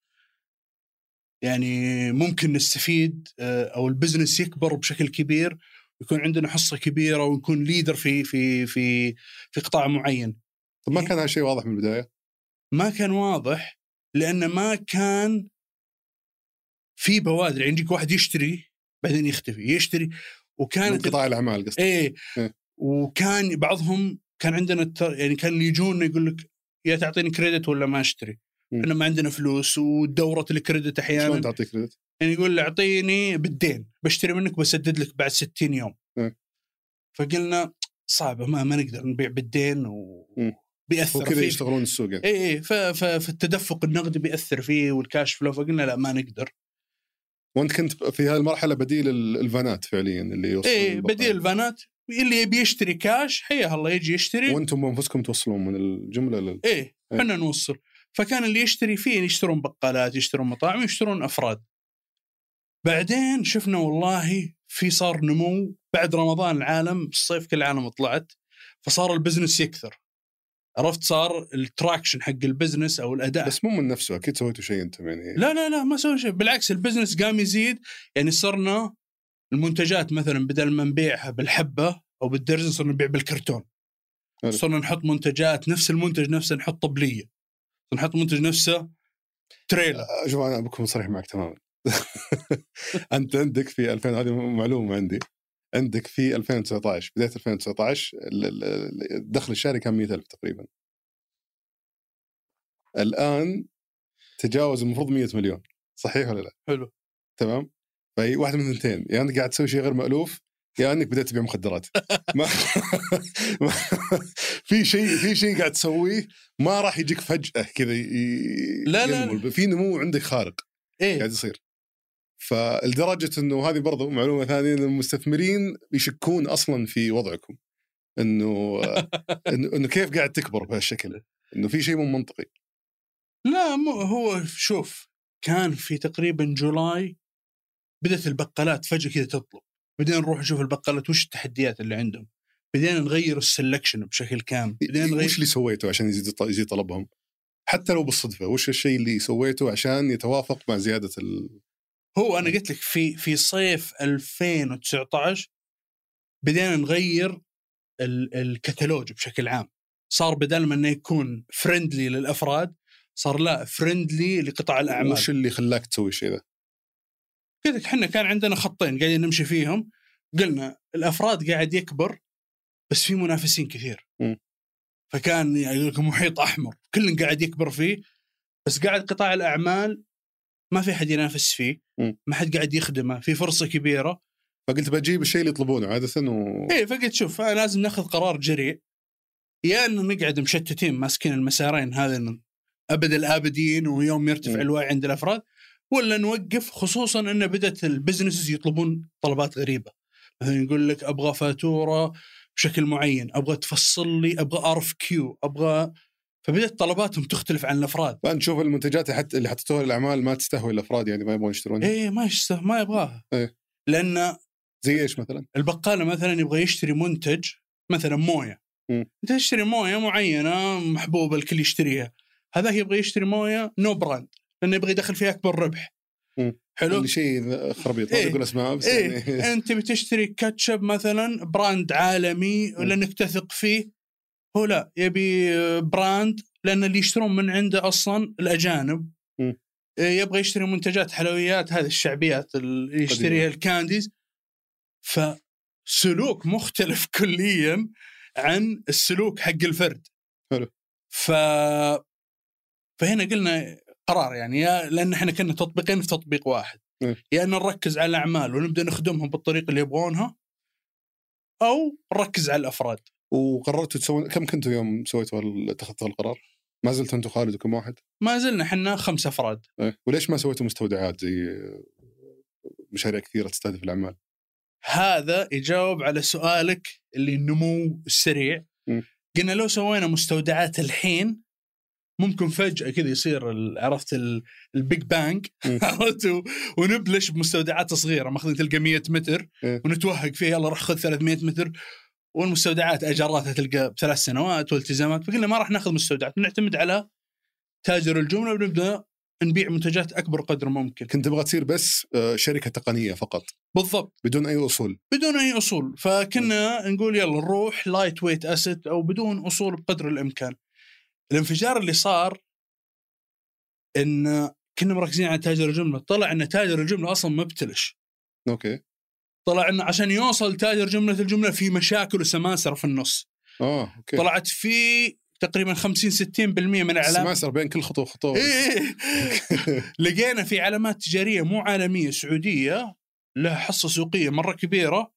يعني ممكن نستفيد، او البزنس يكبر بشكل كبير، ويكون عندنا حصة كبيرة، ونكون ليدر في قطاع معين. طب ما كان هالشيء واضح من البداية؟ ما كان واضح، لأن ما كان في بوادر. يعني يجيك واحد يشتري بعدين يختفي، يشتري. وكانت قطاع الأعمال قصدي. إيه. وكان بعضهم كان عندنا يعني كان يجون يقول لك يا تعطيني كريدت ولا ما اشتري. احنا ما عندنا فلوس، ودورة الكريدت احيانا. شلون تعطي كريدت؟ يعني يقول لي اعطيني بالدين بشتري منك بسدد لك بعد 60 يوم. فقلنا صعبة، ما نقدر نبيع بالدين بيأثر وكذا فيه. يشتغلون السوق يعني. اي فالتدفق النقدي بيأثر فيه والكاش فلو، فقلنا لا ما نقدر. وانت كنت في هذه المرحله بديل الفانات فعليا اللي يوصل بديل الفانات، اللي يبي يشتري كاش حياه الله يجي يشتري، وانتم بانفسكم توصلون من الجمله احنا نوصل. فكان اللي يشتري فيه يشترون بقالات، يشترون مطاعم، يشترون افراد. بعدين شفنا والله في صار نمو بعد رمضان، العالم الصيف كل العالم طلعت، فصار البزنس يكثر، عرفت؟ صار التراكشن حق البزنس او الاداء. بس مو من نفسه، اكيد سويتوا شيء انتم يعني. لا ما سوينا شيء، بالعكس البزنس قام يزيد. يعني صرنا المنتجات مثلا بدل ما نبيعها بالحبه او بالدرزن صرنا نبيع بالكرتون. صرنا نحط منتجات نفس المنتج نفسه، نحط طبليه، نحط منتج نفسه تريلر. شوف انا بكون صريح معك تماما. انت عندك في 2000، هذه معلومه عندي، عندك في 2019 بدايه 2019 الدخل الشهري كان 100,000 تقريبا. الان تجاوز المفروض 100 مليون، صحيح ولا لا؟ حلو تمام. فهي واحده من اثنتين، يعني انت قاعد تسوي شيء غير مألوف، يعني انك بدأت تبيع مخدرات. في شيء قاعد تسويه ما راح يجيك فجأة كذا لا في نمو عندك خارق قاعد يصير. فلدرجة انه هذه برضو معلومة ثانية، ان المستثمرين يشكون اصلا في وضعكم، انه كيف قاعد تكبر بهالشكل، انه في شيء مو منطقي. لا هو شوف، كان في تقريبا جولاي بدأت البقالات فجأة كذا تطلب، بدينا نروح نشوف البقالات وش التحديات اللي عندهم، بدينا نغير السلكشن بشكل كامل. وش اللي سويته عشان يزيد طلبهم حتى لو بالصدفة؟ وش الشيء اللي سويته عشان يتوافق مع زيادة هو أنا قلت لك في صيف 2019 بدينا نغير الكتالوج بشكل عام. صار بدل ما انه يكون فريندلي للافراد، صار لا فريندلي لقطاع الاعمال. وش اللي خلاك تسوي الشيء ذا؟ كذا احنا كان عندنا خطين قاعدين نمشي فيهم، قلنا الافراد قاعد يكبر بس في منافسين كثير. فكان يعني محيط احمر كل قاعد يكبر فيه، بس قاعد قطاع الاعمال ما في حد ينافس فيه، ما حد قاعد يخدمه، في فرصه كبيره. فقلت بجيب الشيء اللي يطلبونه عاده فقلت شوف لازم ناخذ قرار جريء، يا انه نقعد مشتتين ماسكين المسارين هذا ابد الابدين ويوم يرتفع الوعي عند الافراد، ولا نوقف، خصوصا ان بدات البزنسز يطلبون طلبات غريبه. مثلا يقول لك ابغى فاتوره بشكل معين، ابغى تفصل لي، ابغى ارف كيو، ابغى. فبدات طلباتهم تختلف عن الافراد. فانت تشوف المنتجات حتى اللي حطيتوها للاعمال ما تستهوي الافراد، يعني ما يبغون يشترونها. ما يبغاها. لان زي ايش مثلا؟ البقاله مثلا يبغى يشتري منتج مثلا مويه، انت تشتري مويه معينه محبوبه الكل يشتريها، هذا يبغى يشتري مويه نو براند لانه يبغى يدخل فيها اكبر ربح. حلو، اللي شيء خربيط ما يقول اسماء بس يعني. انت بتشتري كاتشب مثلا براند عالمي لانك تثق فيه، هو لا يبي براند لان اللي يشترون من عنده اصلا الاجانب. يبغى يشتري منتجات حلويات، هذه الشعبيات اللي يشتريها الكانديز. فسلوك مختلف كليا عن السلوك حق الفرد. حلو. فهنا قلنا قرار، يعني يا لان احنا كنا تطبيقين في تطبيق واحد، يا ان نركز على الاعمال ونبدا نخدمهم بالطريقه اللي يبغونها، او نركز على الافراد. وقررتوا تسوون كم كنتوا يوم سويتوا اتخذتوا القرار؟ ما زلت انتم خالد وكم واحد؟ ما زلنا احنا 5 أفراد. وليش ما سويتوا مستودعات زي مشاريع كثيره تستهدف الاعمال؟ هذا يجاوب على سؤالك اللي النمو السريع. قلنا لو سوينا مستودعات الحين ممكن فجأة كذا يصير عرفت البيج بانج، ونبلش بمستودعات صغيرة ماخذين تلقى 100 متر ونتوهق فيها، يلا روح خذ 300 متر، والمستودعات أجاراتها تلقى ب3 سنوات والتزامات. فقلنا ما راح ناخذ مستودعات، نعتمد على تاجر الجملة ونبدأ نبيع منتجات أكبر قدر ممكن. كنت تبغى تصير بس شركة تقنية فقط؟ بالضبط، بدون أي أصول. فكنا نقول يلا نروح لايت ويت أسيت أو بدون أصول بقدر الإمكان. الانفجار اللي صار إن كنا مركزين على تاجر الجملة، طلع إن تاجر الجملة أصلا مبتلش. أوكي. طلع إنه عشان يوصل تاجر الجملة في مشاكل وسماسرة في النص. أوكي. طلعت في تقريبا 50-60% من العلامات سماسرة بين كل خطوة وخطوة. لقينا في علامات تجارية مو عالمية سعودية لها حصة سوقية مرة كبيرة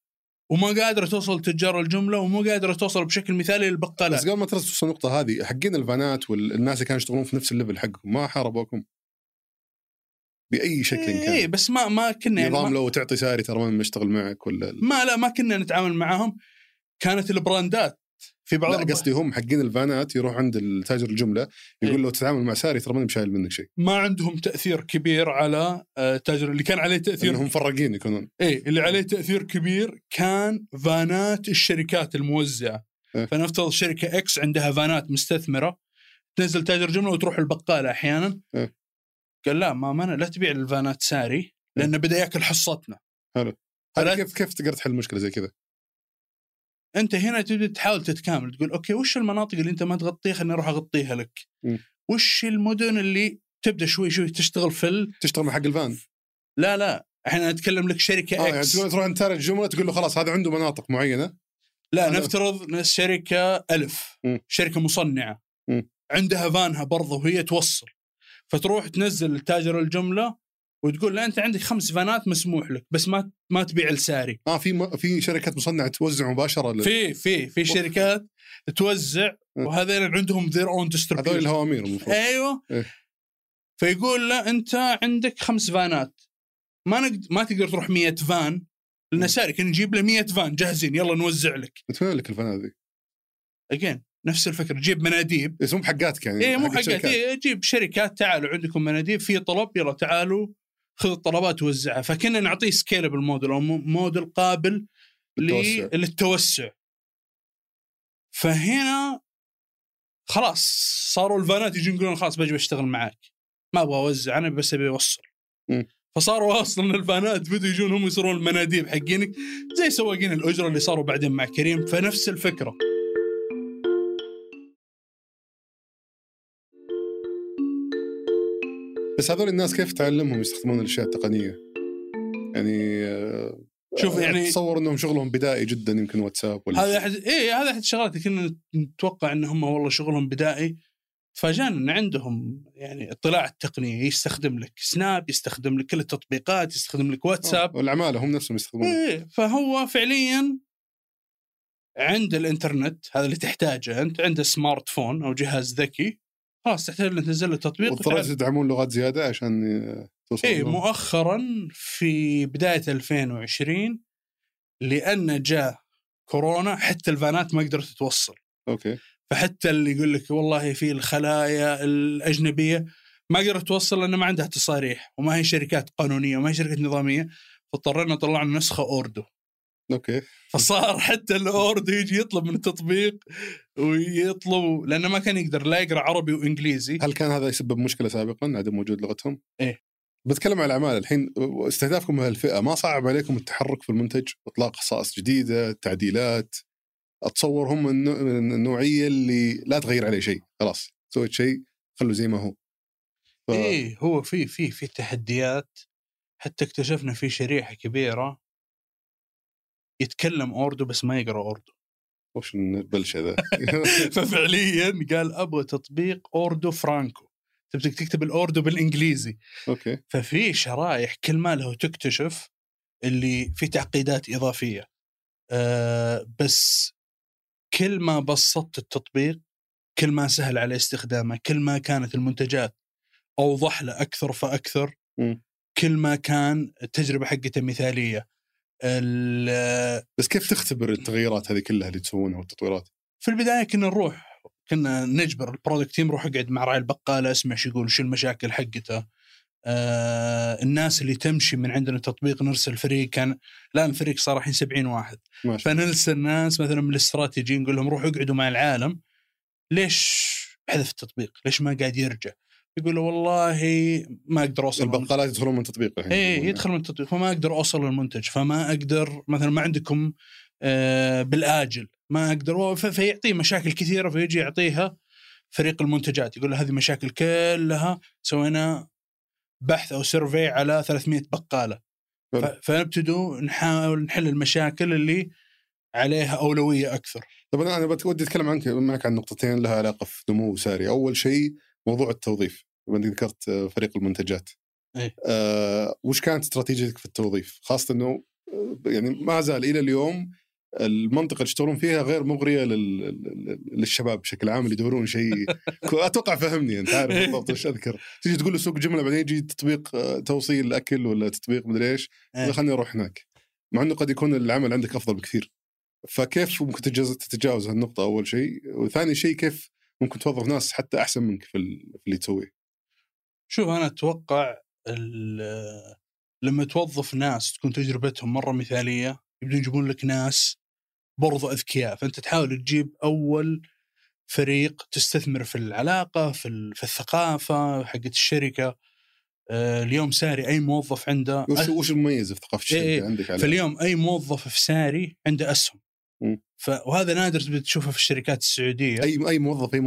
وما قادرة توصل تجار الجملة، ومو قادرة توصل بشكل مثالي للبقالات. بس قبل ما توصل النقطة هذه، حقين الفانات والناس اللي كانوا يشتغلون في نفس الليفل حقكم ما حاربوكم بأي شكل كان؟ إيه بس ما كنا يعني نظام لو تعطي ساري ترى ما نشتغل معك ولا ما كنا نتعامل معهم. كانت البراندات في بعض قصدي هم حقين الفانات يروح عند التاجر الجملة يقول له تتعامل مع ساري ترى ماني بشايل منك شيء. ما عندهم تأثير كبير على تاجر. اللي كان عليه تأثير هم فرقين يكونون. اللي عليه تأثير كبير كان فانات الشركات الموزعة. فنفترض شركة إكس عندها فانات مستثمرة تنزل تاجر جملة وتروح البقالة أحيانا. قال لا ما أنا لا تبيع الفانات ساري لأنه بدأ يأكل حصتنا. حلو. كيف تقدر تحل مشكلة زي كذا؟ أنت هنا تبدأ تحاول تتكامل، تقول أوكي وش المناطق اللي أنت ما تغطيها خليني أروح أغطيها لك. وش المدن اللي تبدأ شوي تشتغل تشتغل مع حق الفان؟ لا احنا نتكلم لك شركة إكس. يعني تروح انت الجملة تقول له خلاص هذا عنده مناطق معينة. لا نفترض شركة ألف شركة مصنعة عندها فانها برضه وهي توصل، فتروح تنزل التاجر الجملة وتقول لا أنت عندك 5 فانات مسموح لك بس ما تبيع الساري. في شركات مصنعة توزع مباشرة في شركات توزع وهذين عندهم their own distribution. هذول الهوامير المفروض. أيوة. فيقول لا أنت عندك 5 فانات ما تقدر تروح 100 فان لأن ساري كان نجيب له 100 فان جاهزين يلا نوزع لك. نتمنى لك الفانات ذي. again نفس الفكرة، جيب مناديب. اسمهم حقاتك يعني. مو حقات. جيب شركات تعالوا عندكم مناديب في طلب يلا تعالوا خذ الطلبات ووزعها. فكنا نعطيه سكيلبل موديل أو موديل قابل للتوسع. فهنا خلاص صاروا الفانات يجون يقولون خلاص بجي بشتغل معاك ما أبغى أوزع أنا بس أبي أوصل. فصاروا أصلا الفانات بدوا يجون هم يصيرون المناديب حقينك زي سواقين الأجرة اللي صاروا بعدين مع كريم. فنفس الفكرة. بس هذول الناس كيف تعلمهم يستخدمون الأشياء التقنية؟ يعني شوف يعني تصور انهم شغلهم بدائي جدا يمكن واتساب ولا هذا هذا احد الشغلات كنا نتوقع انهم والله شغلهم بدائي. فجانا ان عندهم يعني اطلاع التقنيه، يستخدم لك سناب، يستخدم لك كل التطبيقات، يستخدم لك واتساب والعماله هم نفسهم يستخدمون. فهو فعليا عند الانترنت هذا اللي تحتاجه انت، عنده سمارت فون او جهاز ذكي خلاص تحتاج ان تنزل له تطبيق. واضطريت تدعمون لغات زياده عشان توصل مؤخرا في بدايه 2020 لان جاء كورونا حتى الفانات ما قدرت تتوصل. اوكي. فحتى اللي يقول لك والله في الخلايا الأجنبية ما قدرت توصل لأنه ما عندها تصاريح وما هي شركات قانونية وما هي شركات نظامية، فاضطرينا طلعنا نسخة أوردو. اوكي. فصار حتى الأوردو يجي يطلب من التطبيق ويطلب لأنه ما كان يقدر لا يقرأ عربي وإنجليزي. هل كان هذا يسبب مشكلة سابقا عدم وجود لغتهم؟ إيه. بتكلم عن الأعمال الحين، استهدافكم هالفئة ما صعب عليكم التحرك في المنتج، إطلاق خصائص جديدة، تعديلات؟ أتصور هم النوعية اللي لا تغير عليه شيء، خلاص سويت شيء خلوا زي ما هو. هو في تحديات. حتى اكتشفنا في شريحة كبيرة يتكلم أوردو بس ما يقرأ أوردو. وش البلش هذا؟ ففعليا قال أبغى تطبيق أوردو فرانكو، تبتك تكتب الأوردو بالإنجليزي. أوكي. ففي شرائح كل ما له تكتشف اللي في تعقيدات إضافية. بس كل ما بسطت التطبيق كل ما سهل عليه استخدامه، كل ما كانت المنتجات أوضح له أكثر فأكثر، كل ما كان التجربة حقته مثالية. بس كيف تختبر التغييرات هذه كلها اللي تسوونها والتطويرات؟ في البداية كنا نجبر البرودكت تيم روح اقعد مع راعي البقالة اسمع شو يقول، شو المشاكل حقته. الناس اللي تمشي من عندنا التطبيق نرسل فريق، كان الآن فريق صار الحين 70 واحد، فنرسل الناس مثلا من الاستراتيجي نقول لهم روحوا اقعدوا مع العالم، ليش حذف التطبيق، ليش ما قاعد يرجع؟ يقولوا والله ما أقدر أوصل. البقالات يدخلون من التطبيق الحين. يدخل من التطبيق فما أقدر أوصل للمنتج، فما أقدر مثلا ما عندكم بالآجل ما أقدر، فيعطيه مشاكل كثيرة، فيجي يعطيها فريق المنتجات يقول له هذه مشاكل كلها، سوينا بحث أو سيرفي على 300 بقالة، فنبتدوا نحاول نحل المشاكل اللي عليها أولوية أكثر. طب أنا بدي أتكلم معك عن نقطتين لها علاقة في نمو ساري. أول شيء موضوع التوظيف، أنت ذكرت فريق المنتجات. إيه؟ وش كانت استراتيجيتك في التوظيف، خاصة أنه يعني ما زال الى اليوم المنطقه اللي يشتغلون فيها غير مغريه للشباب بشكل عام اللي يدورون شيء. اتوقع فهمني انت عارف بالضبط ايش اذكر. تيجي تقول له سوق جمله بعدين يجي تطبيق توصيل الاكل ولا تطبيق مدري ايش، خليني اروح هناك، مع انه قد يكون العمل عندك افضل بكثير. فكيف ممكن تتجاوز هالنقطه اول شيء، وثاني شيء كيف ممكن توظف ناس حتى احسن منك في اللي تسويه؟ شوف انا اتوقع لما توظف ناس تكون تجربتهم مره مثاليه يبدون يجيبون لك ناس برضو اذكياء، فانت تحاول تجيب اول فريق تستثمر في العلاقه في الثقافه حقت الشركه. اليوم ساري اي موظف عنده وش المميز في ثقافه الشركه عندك؟ فاليوم اي موظف في ساري عنده اسهم، وهذا نادر تشوفه في الشركات السعوديه. اي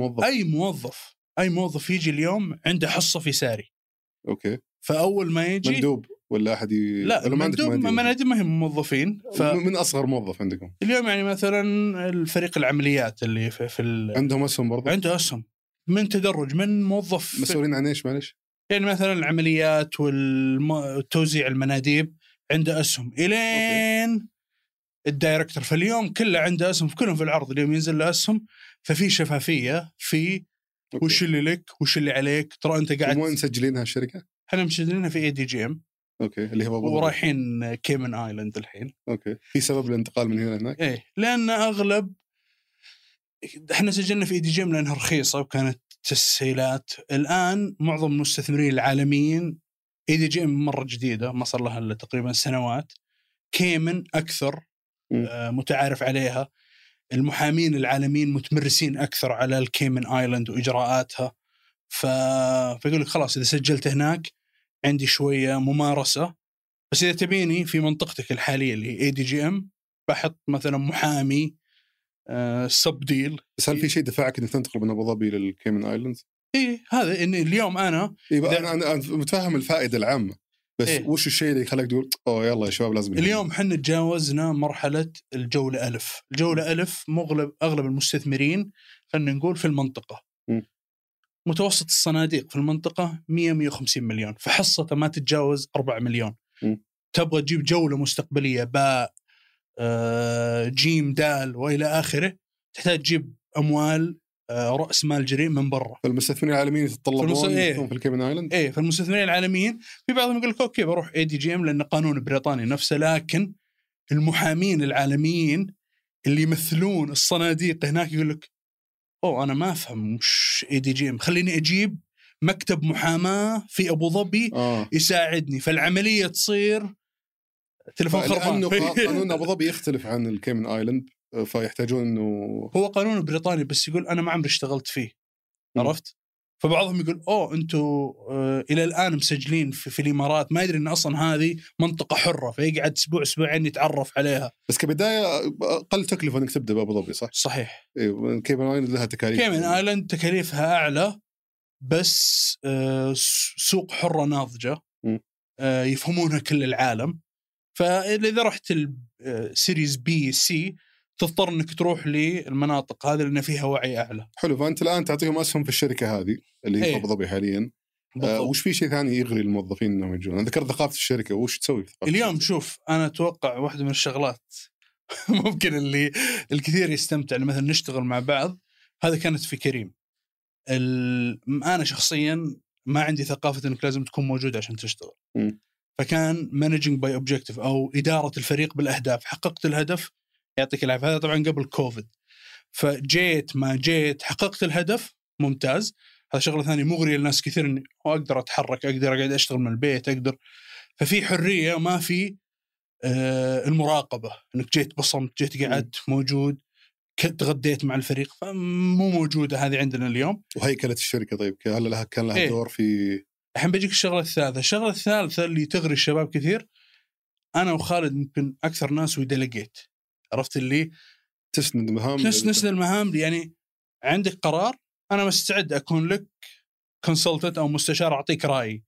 موظف يجي اليوم عنده حصه في ساري. اوكي. فاول ما يجي مندوب ولا احد لا مندوب ما هم موظفين. من اصغر موظف عندكم اليوم يعني مثلا الفريق العمليات اللي في عندهم اسهم برضه؟ عنده اسهم من تدرج من موظف. مسؤولين عن ايش معلش؟ يعني مثلا العمليات والتوزيع المناديب عنده اسهم الين الدايركتور. فاليوم كله عنده اسهم، كلهم في العرض اليوم ينزل له اسهم، ففي شفافيه في وش اللي لك وش اللي عليك. ترى انت قاعد وين مسجلينها الشركه؟ احنا مسجلينها في ADGM. اوكي. اللي هو ورايحين كيمن ايلاند الحين. اوكي. في سبب الانتقال من هنا لهناك؟ ايه لان اغلب احنا سجلنا في ADGM لانها رخيصه وكانت تسهيلات. الان معظم المستثمرين العالميين ADGM مره جديده ما صار لها الا تقريبا سنوات. كيمن اكثر متعارف عليها، المحامين العالميين متمرسين اكثر على الكيمن ايلاند واجراءاتها. فيقول لك خلاص اذا سجلت هناك عندي شويه ممارسه، بس اذا تبيني في منطقتك الحاليه اللي هي ADGM بحط مثلا محامي سب ديل. بس هل في شيء دفعك انك تنتقل من ابو ظبي للكيمن ايلاندز؟ ايه هذا ان اليوم انا انا متفهم الفائده العامه، بس إيه؟ وش الشيء اللي يخليك تقول اوه يلا يا شباب لازم اليوم حنا تجاوزنا مرحله الجوله ألف. الجوله ألف اغلب المستثمرين خلينا نقول في المنطقه. متوسط الصناديق في المنطقه 100-150 مليون، فحصته ما تتجاوز 4 مليون. تبغى تجيب جوله مستقبليه باء جيم دال والى اخره، تحتاج تجيب اموال راس مال جريء من برا. فالمستثمرين العالميين يتطلبون في الكيمن ايلاند. ايه فالمستثمرين العالميين في بعضهم يقول لك اوكي بروح ADGM لان قانون بريطاني نفسه، لكن المحامين العالميين اللي يمثلون الصناديق هناك يقول لك اوه انا ما افهم وش ADGM، خليني اجيب مكتب محاماه في ابو ظبي يساعدني. فالعمليه تصير تلفون خربان. قانون ابو ظبي يختلف عن الكيمن ايلاند، فيحتاجون انه هو قانون بريطاني بس يقول انا ما عمري اشتغلت فيه. عرفت؟ فبعضهم يقول اوه انتم الى الان مسجلين في الامارات، ما يدري ان اصلا هذه منطقه حره، فيقعد اسبوعين يتعرف عليها. بس كبدايه اقل تكلفه انك تبدا بابو ظبي، صح؟ صحيح. كيمن ايلاند لها تكاليف. كيمن ايلاند تكاليفها اعلى، بس سوق حره ناضجه يفهمونها كل العالم. فاذا رحت السيريز بي سي تضطر انك تروح للمناطق هذه لان فيها وعي اعلى. حلو. فانت الان تعطيهم اسهم في الشركه هذه اللي هي ابو ظبي حاليا. وش في شيء ثاني يغري الموظفين انهم يجون؟ انا ذكرت ثقافه الشركه، وش تسوي في اليوم الشركة؟ شوف انا اتوقع واحده من الشغلات ممكن اللي الكثير يستمتع مثلا نشتغل مع بعض، هذا كانت في كريم. انا شخصيا ما عندي ثقافه انك لازم تكون موجود عشان تشتغل. فكان مانجينج باي اوبجكتيف او اداره الفريق بالاهداف. حققت الهدف يعطيك العافيه. هذا طبعا قبل كوفيد. فجيت ما جيت حققت الهدف ممتاز. هذا شغله ثانيه مغريه للناس كثير اني اقدر اتحرك، اقدر اقعد اشتغل من البيت، اقدر. ففي حريه، ما في المراقبه انك جيت بصمت، جيت قعدت موجود، تغديت مع الفريق. فمو موجوده هذه عندنا اليوم. وهيكله الشركه طيب هل كان لها دور في؟ الحين بيجيك الشغله الثالثه. الشغله الثالثه اللي تغري الشباب كثير، انا وخالد يمكن اكثر ناس ويدلقيت. عرفت اللي تسند المهام يعني عندك قرار انا مستعد اكون لك كونسلتنت او مستشار اعطيك رايي.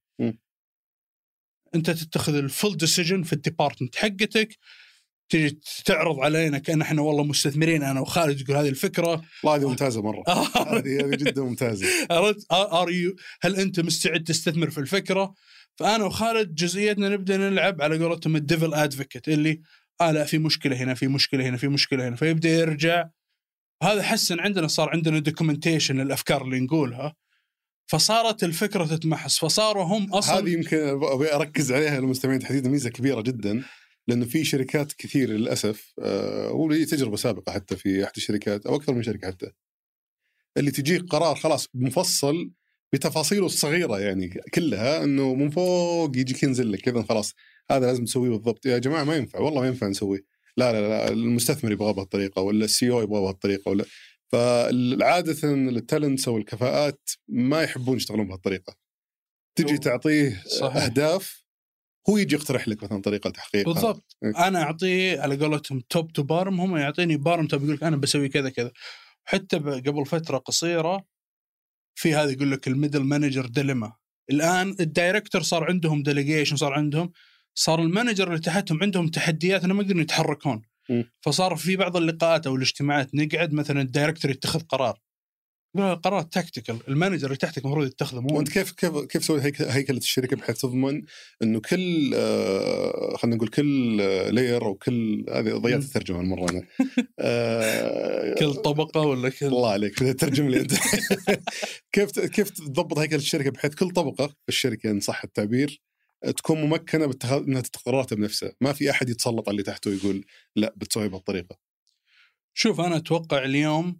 انت تتخذ الفول ديسيجن في الديبارتمنت حقتك، تيجي تعرض علينا كأن احنا والله مستثمرين انا وخالد، يقول هذه الفكره والله هذه ممتازه مره. هذه جدا ممتازه. هل انت مستعد تستثمر في الفكره؟ فانا وخالد جزئيتنا نبدا نلعب على قولتهم الديفل ادفوكيت، اللي لا في مشكله هنا، في مشكله هنا، في مشكله هنا، فيبدا يرجع. هذا حسن عندنا، صار عندنا دوكيومنتيشن الافكار اللي نقولها، فصارت الفكره تتمحص، فصاروا هم اصلا. هذه يمكن ابي اركز عليها للمستمعين تحديدا، ميزه كبيره جدا، لانه في شركات كثير للاسف ولي تجربه سابقه حتى في احد الشركات او اكثر من شركه حتى، اللي تجيك قرار خلاص مفصل بتفاصيله الصغيره يعني كلها، انه من فوق يجيك ينزل لك كذا خلاص هذا لازم تسويه بالضبط. يا جماعه ما ينفع، والله ما ينفع نسويه، لا المستثمر يبغى بهالطريقه، ولا السي او يبغى بهالطريقه، ولا فالعاده التالنتس او الكفاءات ما يحبون يشتغلون بهالطريقه. تجي تعطيه صحيح. اهداف، هو يجي يقترح لك مثلا طريقه تحقيقها بالضبط. انا اعطيه على قولتهم توب تو بارم، هم يعطيني بارم توب، يقول لك انا بسوي كذا كذا. حتى قبل فتره قصيره في هذا يقول لك الميدل مانجر ديليما. الان الدايركتور صار عندهم ديليجيشن، صار المانجر اللي تحتهم عندهم تحديات انهم ما يقدرون يتحركون. فصار في بعض اللقاءات او الاجتماعات نقعد مثلا الدايركتور يتخذ قرار تكتيكال، المانجر اللي تحتك المفروض يتخذه. وانت كيف سوي هيكله الشركه بحيث تضمن انه كل خلينا نقول كل لاير او كل هذه ضيعت الترجمه المره انا كل طبقه ولا كل الله عليك ترجم لي انت كيف تضبط هيكله الشركه بحيث كل طبقه في الشركه ان صح التعبير تكون ممكنه باتخاذ انها تتخذ قراراتها بنفسها، ما في احد يتسلط على اللي تحته ويقول لا بتسوي بهالطريقه. شوف انا اتوقع اليوم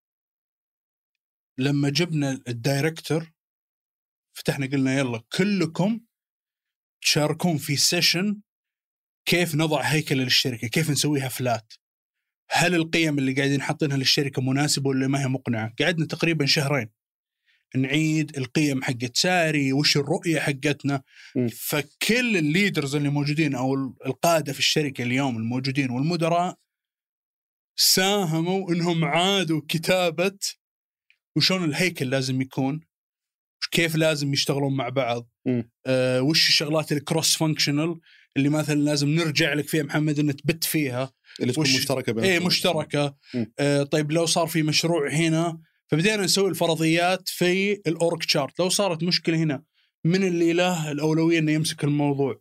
لما جبنا الدايركتور فتحنا قلنا يلا كلكم تشاركون في سيشن كيف نضع هيكل للشركة، كيف نسويها فلات، هل القيم اللي قاعدين حاطينها للشركة مناسبة ولا ما هي مقنعة. قعدنا تقريبا شهرين نعيد القيم حقت ساري، وش الرؤية حقتنا. فكل الليدرز اللي موجودين أو القادة في الشركة اليوم الموجودين والمدراء ساهموا إنهم عادوا كتابة وشون الهيكل لازم يكون، كيف لازم يشتغلون مع بعض، وش الشغلات الكروس فانكشنال اللي مثلا لازم نرجع لك فيها محمد ان تبت فيها اللي تكون مشتركه مشتركه. طيب لو صار في مشروع هنا، فبدينا نسوي الفرضيات في الاورك شارت، لو صارت مشكله هنا من اللي له الاولويه انه يمسك الموضوع.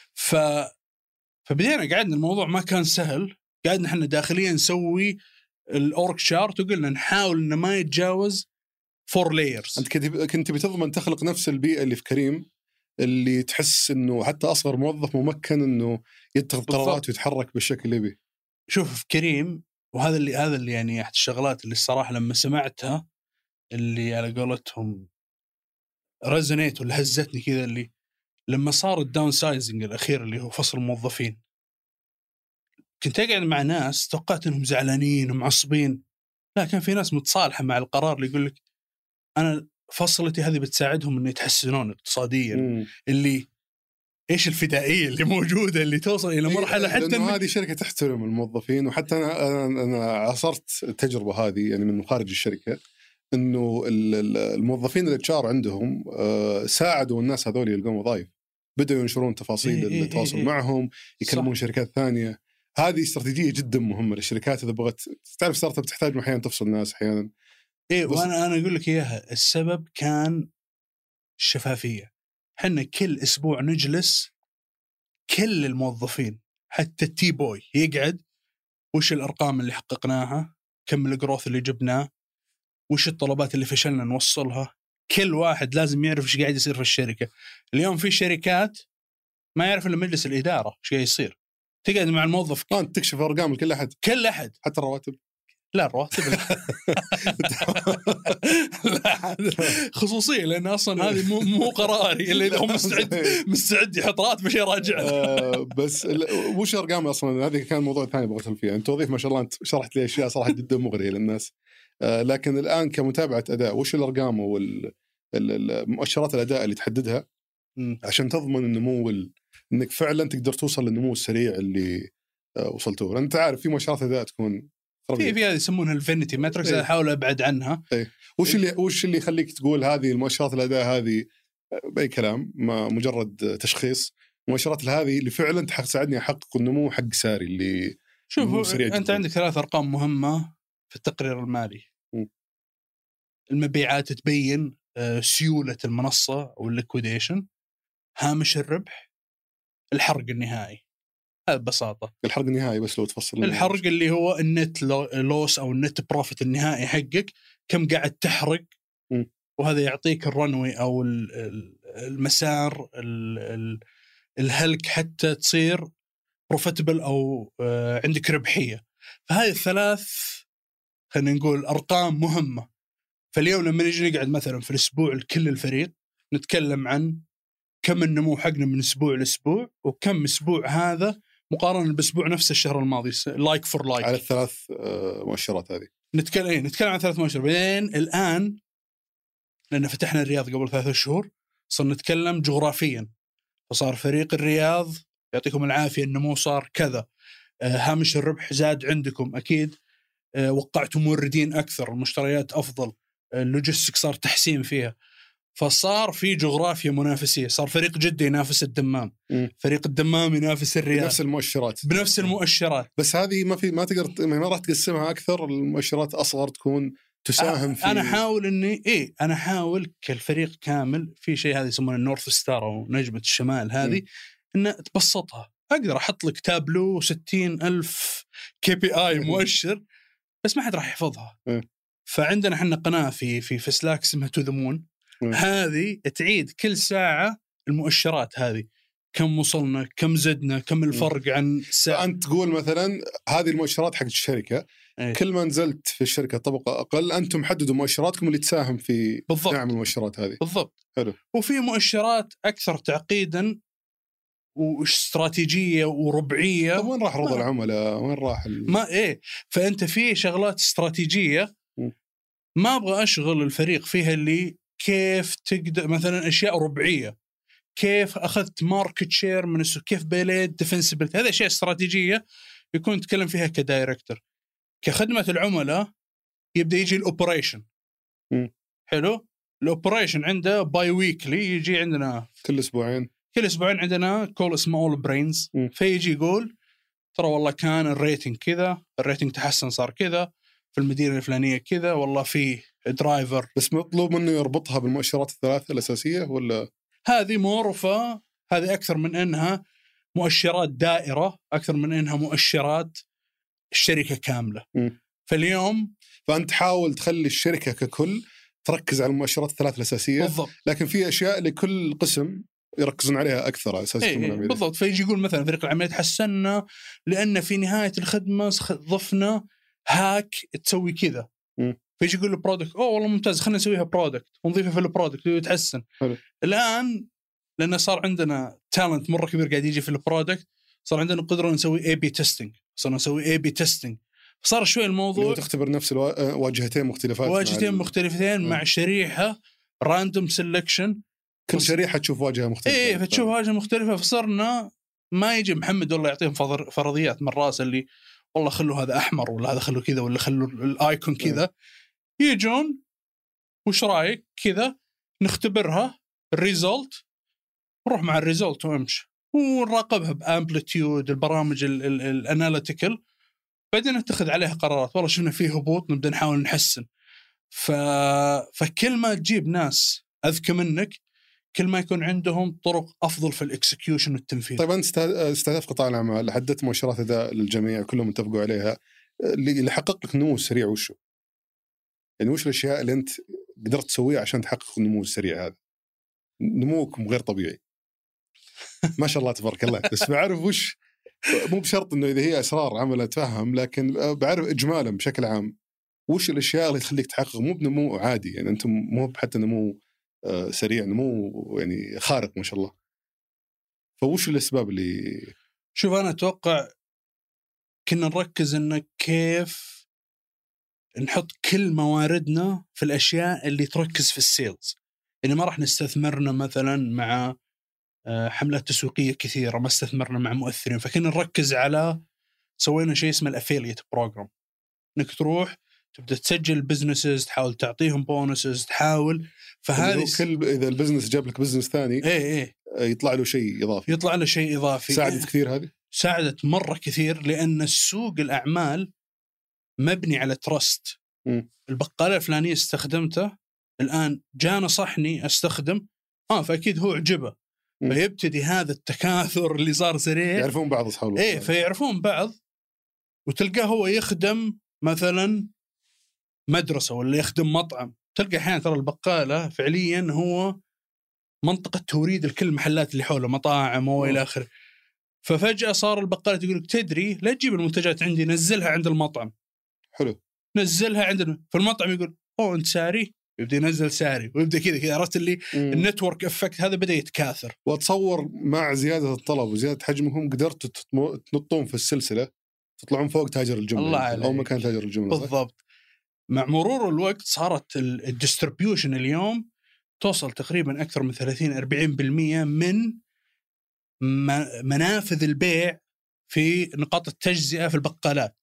فبدينا قعدنا، الموضوع ما كان سهل، قعدنا احنا داخليا نسوي الاورك شارت وقلنا نحاول انه ما يتجاوز 4 layers. انت كنت بتضمن تخلق نفس البيئه اللي في كريم، اللي تحس انه حتى اصغر موظف ممكن انه يتخذ قرارات ويتحرك بالشكل اللي يبي. شوف في كريم، وهذا اللي يعني احد الشغلات اللي الصراحه لما سمعتها اللي على قولتهم رزنيت واللي هزتني كذا، اللي لما صار الداون سايزنج الاخير اللي هو فصل الموظفين، كنت اقعد مع ناس توقعت انهم زعلانين ومعصبين، لا كان في ناس متصالحه مع القرار، اللي يقول لك انا فصلتي هذه بتساعدهم ان يتحسنون اقتصاديا. اللي ايش الفدائيه اللي موجوده اللي توصل الى مرحله حتى هذه شركه تحترم الموظفين. وحتى انا عاصرت التجربه هذه يعني من خارج الشركه، انه الموظفين الاتش ار عندهم ساعدوا الناس هذول يلقون وظائف، بدأوا ينشرون تفاصيل التواصل معهم، يكلمون شركات ثانيه. هذه استراتيجيه جدا مهمه للشركات اذا بغت تعرف ستارت اب تحتاج احيانا تفصل الناس احيانا. وانا اقول لك اياها، السبب كان الشفافيه. حنا كل اسبوع نجلس كل الموظفين حتى التي بوي يقعد، وش الارقام اللي حققناها، كم الجروث اللي جبناه، وش الطلبات اللي فشلنا نوصلها. كل واحد لازم يعرف ايش قاعد يصير في الشركه. اليوم في شركات ما يعرف الا مجلس الاداره ايش قاعد يصير، تقعد مع الموظف تكشف ارقام لكل احد، حتى الرواتب. لا الرواتب لا خصوصية، لأن أصلا هذه مو قراري، اللي هم مستعد يحط راتب مش يراجع. بس وش أرقام أصلا، هذا كان موضوع ثاني بغيت فيه. أنت توظيف ما شاء الله، أنت شرحت لي أشياء صراحة جدا مغرية للناس. لكن الآن كمتابعة أداء، وش الأرقام والمؤشرات الأداء اللي تحددها عشان تضمن النمو إنك فعلا تقدر توصل للنمو السريع اللي وصلته؟ لأن أنت عارف في مؤشرات أداء تكون في هذه يسمونها الفينيتي ماتريكس، احاول ابعد عنها. وش اللي يخليك تقول هذه المؤشرات الاداء هذه باي كلام، ما مجرد تشخيص؟ مؤشرات هذه اللي فعلا تساعدني احقق النمو حق ساري اللي شوف انت عندك 3 ارقام مهمه في التقرير المالي. المبيعات تبين سيوله المنصه والليكويديشن، هامش الربح، الحرق النهائي. هذا ببساطة الحرق النهائي، بس لو تفصل الحرق اللي هو النت لوس أو النت بروفيت النهائي حقك، كم قاعد تحرق. وهذا يعطيك الرنوي أو المسار الهلك حتى تصير بروفيتبل أو عندك ربحية. فهذه الثلاث خلينا نقول أرقام مهمة. فاليوم لما نيجي نقعد مثلا في الأسبوع لكل الفريق نتكلم عن كم النمو حقنا من أسبوع لأسبوع، وكم أسبوع هذا مقارنة بأسبوع نفس الشهر الماضي، لايك فور لايك على الثلاث مؤشرات هذه. نتكلم عن 3 مؤشرات. بعدين الآن لأن فتحنا الرياض قبل 3 شهور صرنا نتكلم جغرافيا، فصار فريق الرياض يعطيكم العافية النمو صار كذا، هامش الربح زاد عندكم أكيد، وقعتم موردين أكثر، المشتريات أفضل، اللوجستيك صار تحسين فيها، فصار في جغرافيا منافسية. صار فريق جدة ينافس الدمام، فريق الدمام ينافس الرياض بنفس المؤشرات. بس هذه ما تقدر ما راح تقسمها أكثر، المؤشرات أصغر تكون تساهم في. أنا حاول كالفريق كامل في شيء هذا يسمونه النورث ستار أو نجمة الشمال هذه، إن تبسطها. أقدر أحط لك تابلو 60,000 KPI مؤشر بس ما حد راح يحفظها. فعندنا حنا قناة في سلاك اسمها تو ذا مون، هذه تعيد كل ساعة المؤشرات هذه، كم وصلنا، كم زدنا، كم الفرق عن ساعة. أنت تقول مثلا هذه المؤشرات حق الشركة، كل ما نزلت في الشركة طبقة أقل أنتم حددوا مؤشراتكم اللي تساهم في دعم المؤشرات هذه. بالضبط. حلو. وفي مؤشرات أكثر تعقيدا واستراتيجية وربعية. طب وين راح رضا العملاء؟ وين راح فأنت في شغلات استراتيجية ما أبغى أشغل الفريق فيها، اللي كيف تقدر مثلا أشياء ربعية، كيف أخذت ماركت شير من كيف بيليت ديفنسبلتي، هذا أشياء استراتيجية يكون نتكلم فيها كدايركتور. كخدمة العملاء يبدأ يجي الأوبريشن. حلو. الأوبريشن عنده باي ويكلي، يجي عندنا كل أسبوعين عندنا كول اسمه أول برينز، فيجي يقول ترى والله كان الريتنج كذا، الريتنج تحسن صار كذا في المدينة الفلانية كذا، والله في درايفر. بس مطلوب منه يربطها بالمؤشرات الثلاثة الأساسية ولا هذه مورفة؟ هذه أكثر من أنها مؤشرات دائرة، أكثر من أنها مؤشرات الشركة كاملة. فاليوم فأنت حاول تخلي الشركة ككل تركز على المؤشرات الثلاثة الأساسية. بالضبط. لكن في أشياء لكل قسم يركزون عليها أكثر على أساس بالضبط. فيجي يقول مثلا فريق العمليات حسنا لأن في نهاية الخدمة ضفنا هاك تسوي كذا. فيجي يقول البرودكت والله ممتاز، خلينا نسويها برودكت ونضيفها في البرودكت ويتحسن. الآن لأن صار عندنا تالنت مرة كبير قاعد يجي في البرودكت، صار عندنا قدرة نسوي AB تيستينج، صرنا نسوي AB تيستينج، صار شوي الموضوع تختبر نفس واجهتين مختلفتين مع شريحة راندوم سيلكشن، كل شريحة تشوف واجهة مختلفة. فتشوف واجهة مختلفة. فصرنا ما يجي محمد والله يعطيهم فرضيات من راس اللي والله خلوا هذا أحمر ولا هذا خلوا كذا ولا خلوا الآيكون كذا. يجون وش رأيك كذا، نختبرها الريزولت، نروح مع الريزولت وامشي ونراقبها بامبليتيود البرامج الاناليتيكال، بعدين نتخذ عليها قرارات. والله شفنا فيه هبوط نبدأ نحاول نحسن. فكل ما تجيب ناس أذكى منك كل ما يكون عندهم طرق أفضل في الإكسكيوشن والتنفيذ. طيب أنت استهدف قطاع الأعمال، حددت مؤشرات أداء للجميع كلهم اتفقوا عليها، اللي حقق لك نمو سريع وشو؟ يعني وش الأشياء اللي أنت قدرت تسويها عشان تحقق النمو السريع هذا؟ نموكم غير طبيعي ما شاء الله تبارك الله. بس بعرف وش، مو بشرط إنه إذا هي أسرار عمل أتفهم، لكن بعرف إجمالا بشكل عام وش الأشياء اللي تخليك تحقق مو بنمو عادي، يعني أنتم مو حتى نمو سريع، نمو يعني خارق ما شاء الله. فوش الأسباب اللي شوف أنا أتوقع كنا نركز إنه كيف نحط كل مواردنا في الأشياء اللي تركز في السيلز. يعني ما راح نستثمرنا مثلا مع حملات تسويقية كثيرة، ما استثمرنا مع مؤثرين، فكنا نركز على سوينا شيء اسمه الأفيليت بروجرام، إنك تروح تبدأ تسجل بزنسز، تحاول تعطيهم بونسز، تحاول. فهذه إذا البزنس جاب لك بزنس ثاني يطلع له شيء إضافي. ساعدت كثير هذه؟ ساعدت مرة كثير، لأن السوق الأعمال مبني على ترست. البقالة الفلانية استخدمته، الآن جانا صحني استخدم فأكيد هو عجبه. فيبتدي هذا التكاثر اللي صار سريع، يعرفون بعض أصحاب إيه فيعرفون بعض، وتلقاه هو يخدم مثلا مدرسة ولا يخدم مطعم. تلقى أحيانا ترى البقالة فعليا هو منطقة توريد الكل المحلات اللي حوله، مطاعم وإلى آخره. ففجأة صار البقالة يقول لك تدري لا تجيب المنتجات عندي، نزلها عند المطعم. حلو. نزلها عند فالمطعم يقول أوه أنت ساري، يبدأ ينزل ساري، ويبدأ كذا عرفت اللي النتورك افكت هذا بدأ يتكاثر. واتصور مع زيادة الطلب وزيادة حجمهم قدرتوا تنطون في السلسلة، تطلعون فوق تاجر الجملة الله عليك. أو مكان تاجر الجملة. بالضبط. مع مرور الوقت صارت الديستربيوشن اليوم توصل تقريبا أكثر من 30-40% من منافذ البيع في نقاط التجزئة في البقالات.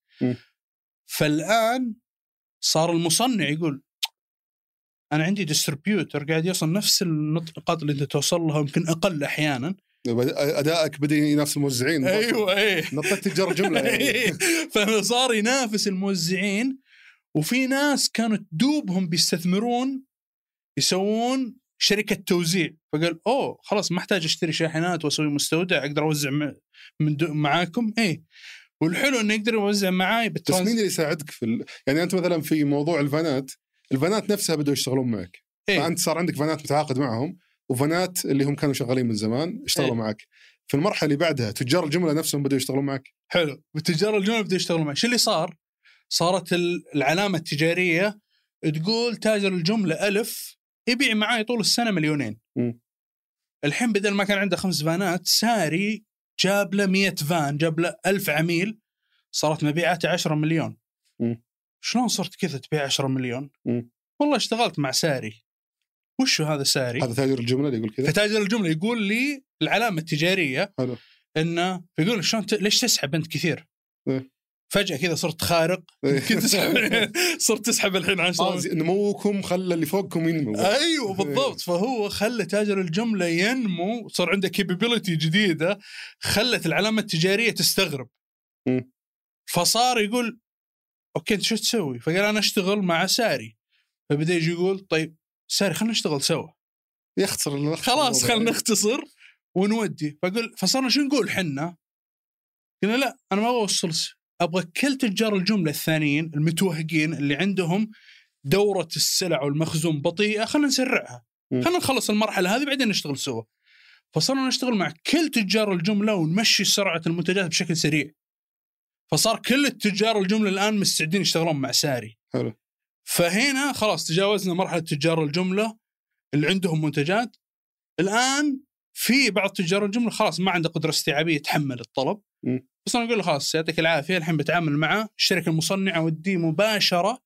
فالآن صار المصنع يقول أنا عندي ديستربيوتر قاعد يوصل نفس النقاط اللي أنت توصل لها، يمكن أقل أحيانا. أدائك بدأ ينافس الموزعين. أيوة إيه. نطت تجار جملة يعني. فصار ينافس الموزعين. وفي ناس كانوا تدوبهم بيستثمرون يسوون شركة توزيع، فقال أوه خلاص ما أحتاج أشتري شاحنات وأسوي مستودع، أقدر أوزع معاكم. إيه والحلو إنه يقدر يوزع معاي بس مين اللي يساعدك في يعني أنت مثلا في موضوع الفانات نفسها بدأوا يشتغلون معك. إيه؟ فأنت صار عندك فانات متعاقد معهم، وفانات اللي هم كانوا شغالين من زمان اشتغلوا إيه؟ معك. في المرحلة اللي بعدها تجار الجملة نفسهم بدأوا يشتغلون معك. حلو. وتجار الجملة بدأوا يشتغلون معك. شو اللي صارت العلامة التجارية تقول تاجر الجملة ألف يبيع معاي طول السنة 2,000,000. الحين بدل ما كان عنده 5 فانات، ساري جاب له 100 فان، جاب له 1000 عميل، صارت مبيعاته 10 مليون. شلون صرت كذا تبيع 10 مليون؟ والله اشتغلت مع ساري. وشو هذا ساري؟ هذا تاجر الجملة اللي يقول كذا. فتاجر الجملة يقول لي العلامة التجارية. حلو. إنه يقول شلون ليش تسحب أنت كثير؟ فجأة كذا صرت خارق. صرت تسحب الحين 10. نموكم خلى اللي فوقكم ينمو. أيوة بالضبط. فهو خلى تاجر الجملة ينمو، صار عنده capability جديدة خلت العلامة التجارية تستغرب. فصار يقول أوكي أنت شو تسوي؟ فقال أنا أشتغل مع ساري. فبدأ يجي يقول طيب ساري خلنا نشتغل سوا. يختصر خلاص خلنا نختصر ونودي. فصارنا شو نقول حنا؟ قلنا لا أنا ما أوصل، أبغى كل تجار الجملة الثانيين المتوهقين اللي عندهم دورة السلع والمخزون بطيئة، خلنا نسرعها، خلنا نخلص المرحلة هذه بعدين نشتغل سوا. فصرنا نشتغل مع كل تجار الجملة ونمشي سرعة المنتجات بشكل سريع. فصار كل التجار الجملة الآن مستعدين يشتغلون مع ساري. حلو. فهنا خلاص تجاوزنا مرحلة تجار الجملة اللي عندهم منتجات. الآن في بعض تجار الجملة خلاص ما عنده قدرة استيعابية يتحمل الطلب. بس أنا أقول له خلاص يعطيك العافية، الحين بتعامل مع الشركة المصنعة ودي مباشرة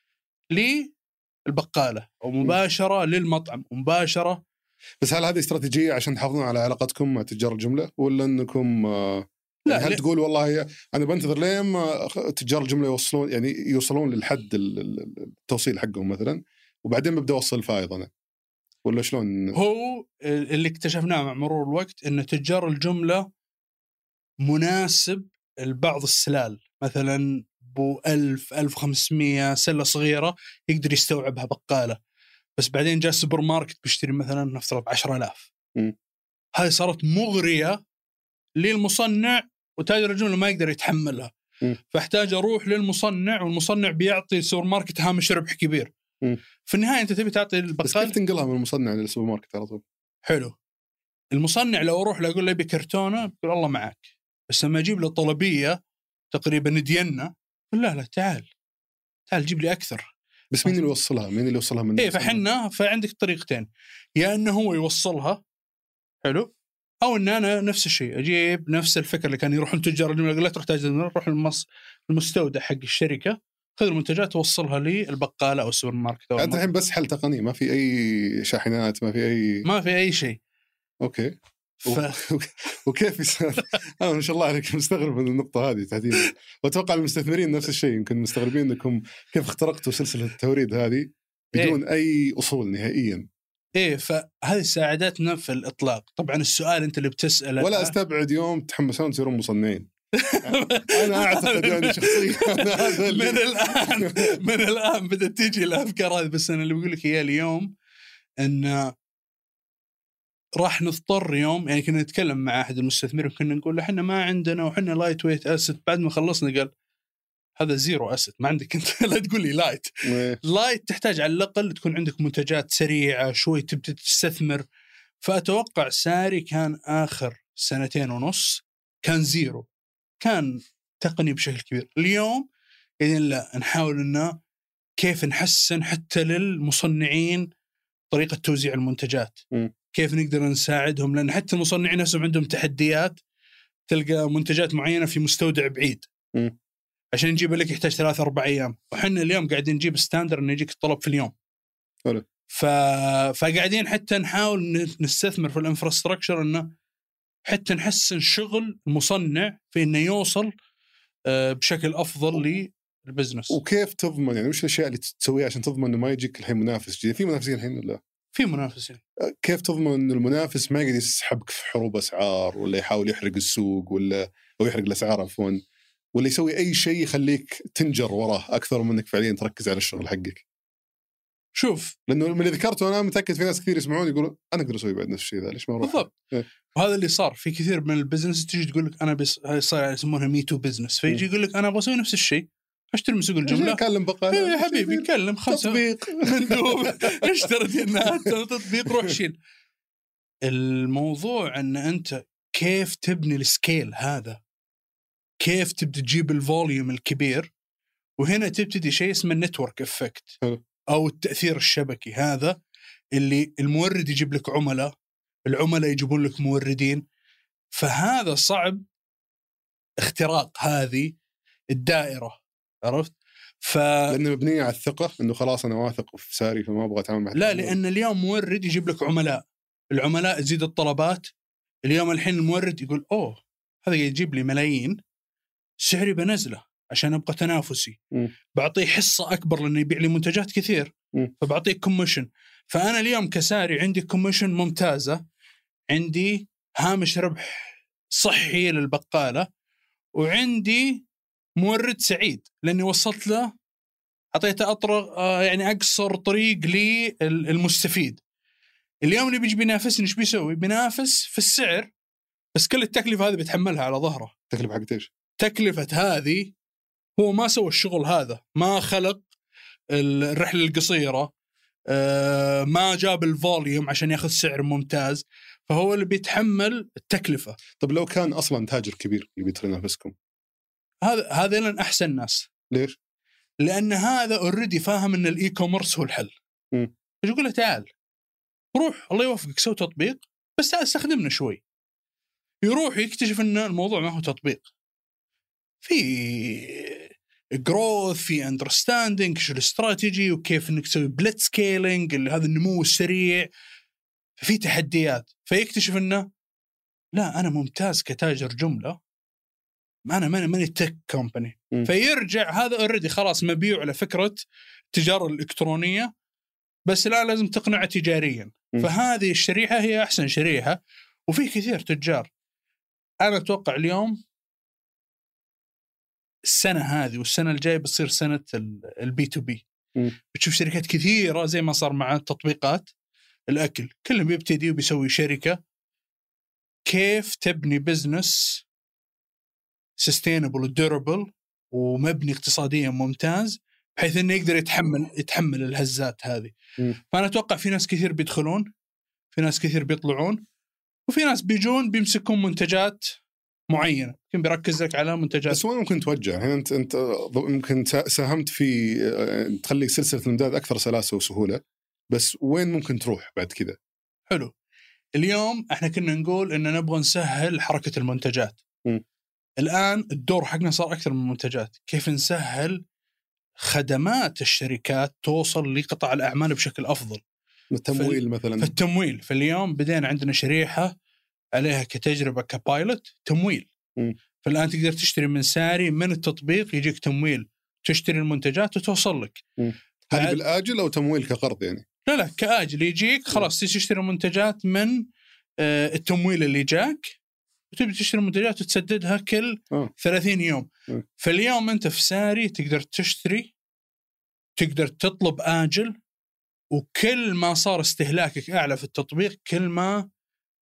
للبقالة أو مباشرة للمطعم ومباشرة. بس هل هذه استراتيجية عشان تحافظون على علاقتكم مع تجار الجملة، ولا أنكم لا هل تقول والله أنا بنتظر لين تجار الجملة يوصلون للحد التوصيل حقهم مثلا وبعدين ببدأ أوصل فائض أنا، ولا شلون؟ هو اللي اكتشفناه مع مرور الوقت إن تجار الجملة مناسب لبعض السلال، مثلا بو 1000-1500 سلة صغيرة يقدر يستوعبها بقالة. بس بعدين جاء سوبر ماركت بيشتري مثلا نفترض 10,000. هذه صارت مغرية للمصنع وتاجر الجملة ما يقدر يتحملها. فاحتاج أروح للمصنع، والمصنع بيعطي السوبر ماركت هامش ربح كبير. في النهاية أنت تبي تعطي البقال. بس كيف تنقلها من المصنع للسوبر ماركت على طول؟ حلو. المصنع لو أروح له أقول له بكرتونة يقول الله معك، بس لما أجيب له طلبية تقريبا دينا لا تعال جيب لي أكثر. بس مين اللي يوصلها؟ من إيه فعندك طريقتين، يا أنه هو يوصلها حلو، أو أن أنا نفس الشيء أجيب نفس الفكرة اللي كان يروحون تجار الجملة يقول لا تروح تاجر الجملة، روح المستودع حق الشركة خذ المنتجات توصلها لي البقالة أو السوبر ماركت. أنت الحين بس حل تقني، ما في أي شاحنات، ما في أي شيء. أوكي. وكيف يصير؟ أنا ما شاء الله عليك مستغرب من النقطة هذه تحديدا، وأتوقع المستثمرين نفس الشيء يمكن مستغربين أنكم كيف اخترقتوا سلسلة التوريد هذه بدون أي أصول نهائيا. إيه فهذه ساعدتنا في الإطلاق. طبعا السؤال أنت اللي بتسأله ولا أستبعد يوم تحمسون تصيرون مصنعين. أنا أعتقد يعني شخصيا من الآن بدأت تيجي الأفكار هذه. بس أنا اللي بقول لك إياه اليوم أن راح نضطر يوم، يعني كنا نتكلم مع أحد المستثمرين وكنا نقول له إحنا ما عندنا وإحنا لايت ويت أسيت. بعد ما خلصنا قال هذا زيرو أسيت، ما عندك أنت لا تقول لي لايت. لايت تحتاج على الأقل تكون عندك منتجات سريعة شوي تبدأ تستثمر. فأتوقع ساري كان آخر 2.5 كان زيرو، كان تقني بشكل كبير. اليوم يعني لا، نحاول إنه كيف نحسن حتى للمصنعين طريقة توزيع المنتجات، كيف نقدر نساعدهم، لأن حتى المصنعين نفسهم عندهم تحديات. تلقى منتجات معينة في مستودع بعيد عشان نجيب لك يحتاج 3-4 أيام، وحنا اليوم قاعدين نجيب ستاندر إنه يجيك الطلب في اليوم. فقاعدين حتى نحاول نستثمر في الانفراستراكشر إنه حتى نحسن شغل المصنع في إنه يوصل بشكل أفضل للبزنس. وكيف تضمن يعني وش الأشياء اللي تسويها عشان تضمن إنه ما يجيك الحين منافس جديد؟ في منافسين الحين ولا؟ في منافسين. كيف تضمن إن المنافس ما يقدر يسحبك في حروب أسعار، ولا يحاول يحرق السوق، ولا أو يحرق الأسعار عفوا، ولا يسوي أي شيء يخليك تنجر وراه أكثر من إنك فعليا تركز على الشغل حقك؟ شوف، لأنه من اللي ذكرته أنا متأكد في ناس كثير يسمعون يقولون أنا أقدر أسوي بعد نفس الشيء ذا، ليش ما أروح؟ بالضبط. وهذا اللي صار في كثير من البزنس. تيجي تقول لك أنا بس صار يسمونها مي تو بزنس، فيجي يقول لك أنا أبغى أسوي نفس الشيء، أشتري من سوق الجملة. كلم بقالة يا حبيبي كلم 5 تطبيق مندوب اشتري دينات تطبيق روح شيل. الموضوع أن أنت كيف تبني السكيل هذا، كيف تبدأ تجيب الفوليوم الكبير. وهنا تبتدي شيء اسمه النتورك افكت أو التأثير الشبكي. هذا اللي المورد يجيب لك عملاء، العملاء يجيبون لك موردين. فهذا صعب اختراق هذه الدائرة، عرفت؟ لأنه مبنية على الثقة، إنه خلاص أنا واثق في ساري فما أبغى أتعامل مع لا، لأن اليوم مورد يجيب لك عملاء، العملاء تزيد الطلبات. اليوم الحين المورد يقول أوه هذا يجيب لي ملايين، سعري بنزله عشان أبقى تنافسي، بعطيه حصة أكبر لأنه يبيع لي منتجات كثير، فبعطيه كوميشن. فأنا اليوم كساري عندي كوميشن ممتازة، عندي هامش ربح صحي للبقالة، وعندي مورد سعيد لأني وصلت له، أعطيته يعني أقصر طريق للمستفيد. اليوم اللي بيجي بينافسني إيش بيسوي؟ بينافس في السعر، بس كل التكلفة هذه بيتحملها على ظهره. تكلفة حقت إيش؟ تكلفة هذه هو ما سوى الشغل هذا، ما خلق الرحلة القصيرة، ما جاب الفوليوم عشان ياخذ سعر ممتاز، فهو اللي بيتحمل التكلفة. طب لو كان أصلا تاجر كبير اللي بيدخل ينافسكم، هذا لن أحسن ناس. ليش؟ لأن هذا أوريدي فاهم أن الإي كوميرس هو الحل. يقول له تعال روح الله يوفقك سوي تطبيق، بس تعال استخدمنا شوي. يروح يكتشف أن الموضوع ما هو تطبيق، في جروث، في اندرستاندينج شو الاستراتيجي، وكيف انك تسوي بلت سكيلينج اللي هذا النمو السريع، في تحديات. فيكتشف انه لا انا ممتاز كتاجر جمله، انا ماني تك كومباني. فيرجع هذا اوريدي خلاص مبيوع على فكره التجاره الالكترونيه، بس لا لازم تقنعه تجاريا. فهذه الشريحه هي احسن شريحه، وفي كثير تجار. انا اتوقع اليوم السنة هذه والسنة الجاية بتصير سنة البي تو بي. بتشوف شركات كثيرة زي ما صار مع التطبيقات الأكل، كلهم بيبتدي وبيسوي شركة كيف تبني بزنس sustainable ودurable ومبني اقتصاديا ممتاز، بحيث إنه يقدر يتحمل الهزات هذه. فأنا أتوقع في ناس كثير بيدخلون، في ناس كثير بيطلعون، وفي ناس بيجون بيمسكون منتجات معينة، يمكن بيركز لك على منتجات. بس وين ممكن توجه؟ هنا أنت ممكن ساهمت في تخلي سلسلة الإمداد أكثر سلاسة وسهولة، بس وين ممكن تروح بعد كذا؟ حلو. اليوم احنا كنا نقول إن نبغى نسهل حركة المنتجات. الآن الدور حقنا صار أكثر من منتجات، كيف نسهل خدمات الشركات توصل لقطاع الأعمال بشكل أفضل. التمويل مثلا. فالتمويل، فاليوم بدينا عندنا شريحة عليها كتجربة كبايلوت تمويل. فالآن تقدر تشتري من ساري من التطبيق، يجيك تمويل، تشتري المنتجات وتوصل لك. هل بالآجل أو تمويل كقرض يعني؟ لا كآجل، يجيك خلاص تشتري المنتجات من التمويل اللي جاك، وتبي تشتري المنتجات وتسددها كل 30 يوم. فاليوم أنت في ساري تقدر تشتري، تقدر تطلب آجل، وكل ما صار استهلاكك أعلى في التطبيق كل ما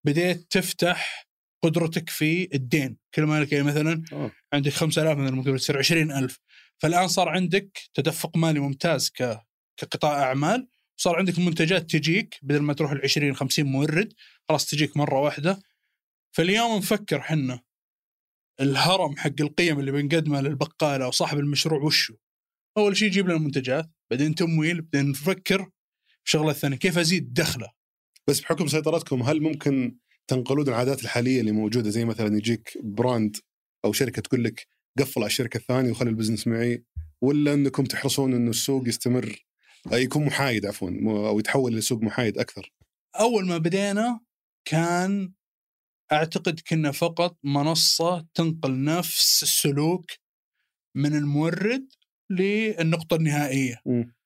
بديت تفتح قدرتك في الدين. كل ما لك يعني مثلا عندك 5,000 مثلا ممكن تصير 20,000. فالآن صار عندك تدفق مالي ممتاز كقطاع أعمال. صار عندك منتجات تجيك بدل ما تروح 20-50 مورد، خلاص تجيك مرة واحدة. فاليوم نفكر حنا الهرم حق القيم اللي بنقدمها للبقالة أو صاحب المشروع وشو. أول شيء يجيب لنا المنتجات، بعدين تمويل، بعدين نفكر في شغلة ثانية كيف أزيد دخله. بس بحكم سيطرتكم هل ممكن تنقلون العادات الحالية اللي موجودة، زي مثلا يجيك براند أو شركة تقول لك قفل على الشركة الثانية وخلي البزنس معي، ولا أنكم تحرصون أنه السوق يستمر يكون محايد عفوا أو يتحول لسوق محايد أكثر؟ أول ما بدينا كان أعتقد كنا فقط منصة تنقل نفس السلوك من المورد للنقطة النهائية.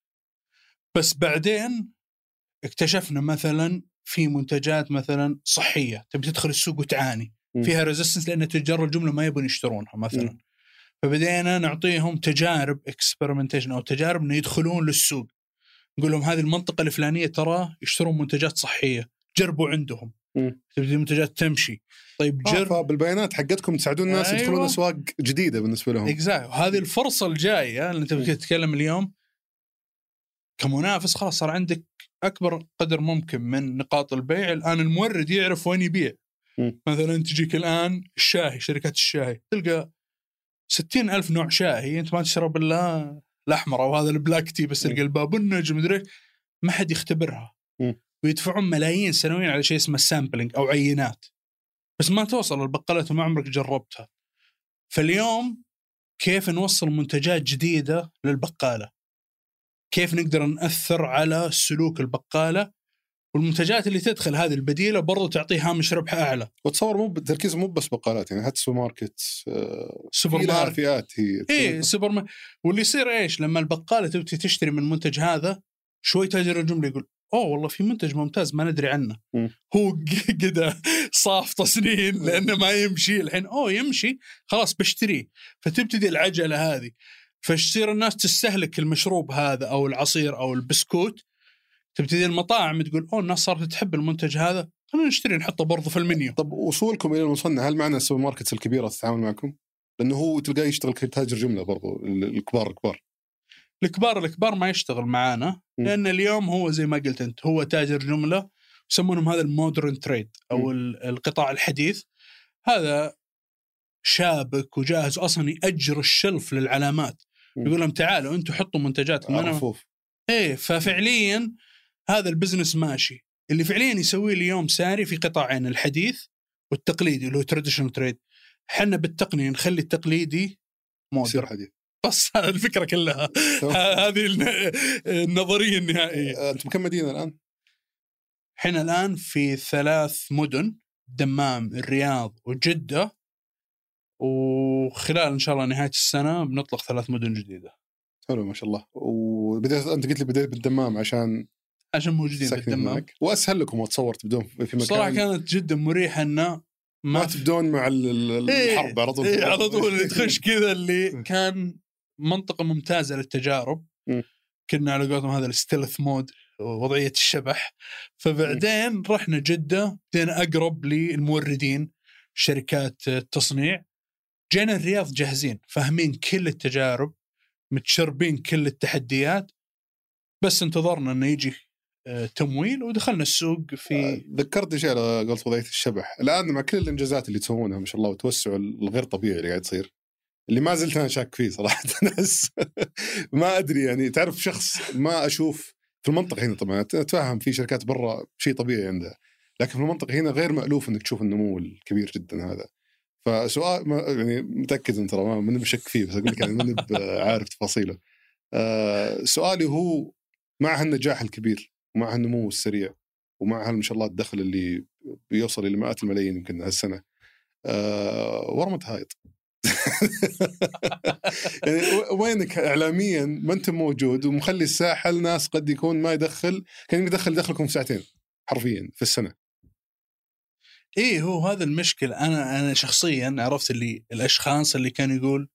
بس بعدين اكتشفنا مثلا في منتجات مثلا صحية تبي تدخل السوق وتعاني فيها ريزيستنس لأن تجار الجملة ما يبون يشترونها مثلا. فبدينا نعطيهم تجارب اكسبيرمنتيشن أو تجارب إنه يدخلون للسوق، نقول لهم هذه المنطقة الفلانية ترى يشترون منتجات صحية، جربوا عندهم. تبدي منتجات تمشي. طيب فبالبيانات حقتكم تساعدون الناس يدخلون أسواق جديدة بالنسبة لهم. هذه الفرصة الجاية اللي انت بتتكلم اليوم كمنافس. خلاص صار عندك أكبر قدر ممكن من نقاط البيع. الآن المورد يعرف وين يبيع. مثلا تجيك الآن الشاهي، شركات الشاهي تلقى 60,000 نوع شاهي، أنت ما تشرب إلا الأحمر أو هذا البلاك تي بس، تلقى الباب النجم مدري ما حد يختبرها. ويدفعون ملايين سنويا على شيء اسمه السامبلينج أو عينات، بس ما توصل البقالات وما عمرك جربتها. فاليوم كيف نوصل منتجات جديدة للبقالة، كيف نقدر نأثر على سلوك البقالة، والمنتجات اللي تدخل هذه البديلة برضو تعطيه هامش ربح أعلى. وتصور مو بالتركيز مو بس بقالات، يعني حتى سوبر ماركت، سوبر ماركت فئات هي واللي يصير إيش لما البقالة تبتي تشتري من المنتج هذا، شوي تاجر الجملة يقول أوه والله في منتج ممتاز ما ندري عنه. هو قد صاف تصنين لأنه ما يمشي الحين، يمشي خلاص بشتريه. فتبتدي العجلة هذه، فتصير الناس تستهلك المشروب هذا أو العصير أو البسكوت. تبتدي المطاعم تقول الناس صارت تحب المنتج هذا، خلينا نشتري نحطه برضه في المنيو. طب وصولكم إلى المصنع، هل معنا السوبر ماركتس الكبيرة تتعامل معكم؟ لأنه هو تلقاه يشتغل كتاجر جملة برضه. الكبار ما يشتغل معانا، لأن اليوم هو زي ما قلت أنت هو تاجر جملة، يسمونهم هذا المودرن تريد أو القطاع الحديث. هذا شابك وجاهز أصلا يأجر الشلف للعلامات، يقول لهم تعالوا أنتوا حطوا منتجاتكم أنا. ففعليا هذا البزنس ماشي. اللي فعليا يسويه اليوم ساري في قطاعين، الحديث والتقليدي اللي هو تراديشنال تريد. حنا بالتقنية نخلي التقليدي مودرن، بس هذه الفكرة كلها. هذه النظرية النهائية. أنتم كم مدينة الآن؟ حنا الآن في 3 مدن، دمام، الرياض، وجدة. وخلال إن شاء الله نهاية السنة بنطلق 3 مدن جديدة. حلو ما شاء الله. وبدأت أنت قلت لي بديت بالدمام عشان موجودين بالدمام، وأسهل لكم وتصور تبدون في مكان. صراحة كانت جدا مريحة إنه ما تبدون مع الحرب على طول. على طول تخش كذا. اللي كان منطقة ممتازة للتجارب. كنا على قولتهم هذا الستيلث مود، وضعية الشبح. فبعدين رحنا جدة، بدينا أقرب للموردين، شركات التصنيع. جينا الرياض جاهزين، فاهمين كل التجارب، متشربين كل التحديات، بس انتظرنا أنه يجي تمويل ودخلنا السوق. في ذكرت شيء على قولت وضعية الشبح. الآن مع كل الإنجازات اللي تسوونها ما شاء الله وتوسعوا الغير طبيعي اللي قاعد يصير، اللي ما زلت أنا شاك فيه صراحة. ما أدري يعني، تعرف شخص ما أشوف في المنطقة هنا. طبعا أتفهم في شركات برا شيء طبيعي عندها، لكن في المنطقة هنا غير مألوف أنك تشوف النمو الكبير جدا هذا. فسؤال يعني متأكد أنت ما من بشك فيه، بس أقول لك يعني من عارف تفاصيله. سؤالي هو مع هالنجاح الكبير ومع هالنمو السريع ومع ما شاء الله الدخل اللي بيوصل إلى مئات الملايين يمكن هالسنة، ورمة هايط. يعني وينك إعلاميا؟ ما أنت موجود ومخلي الساحل ناس قد يكون ما يدخل، كان يدخل دخلكم في ساعتين حرفيا في السنة. هو هذا المشكل. أنا شخصيا عرفت اللي الأشخاص اللي كانوا يقول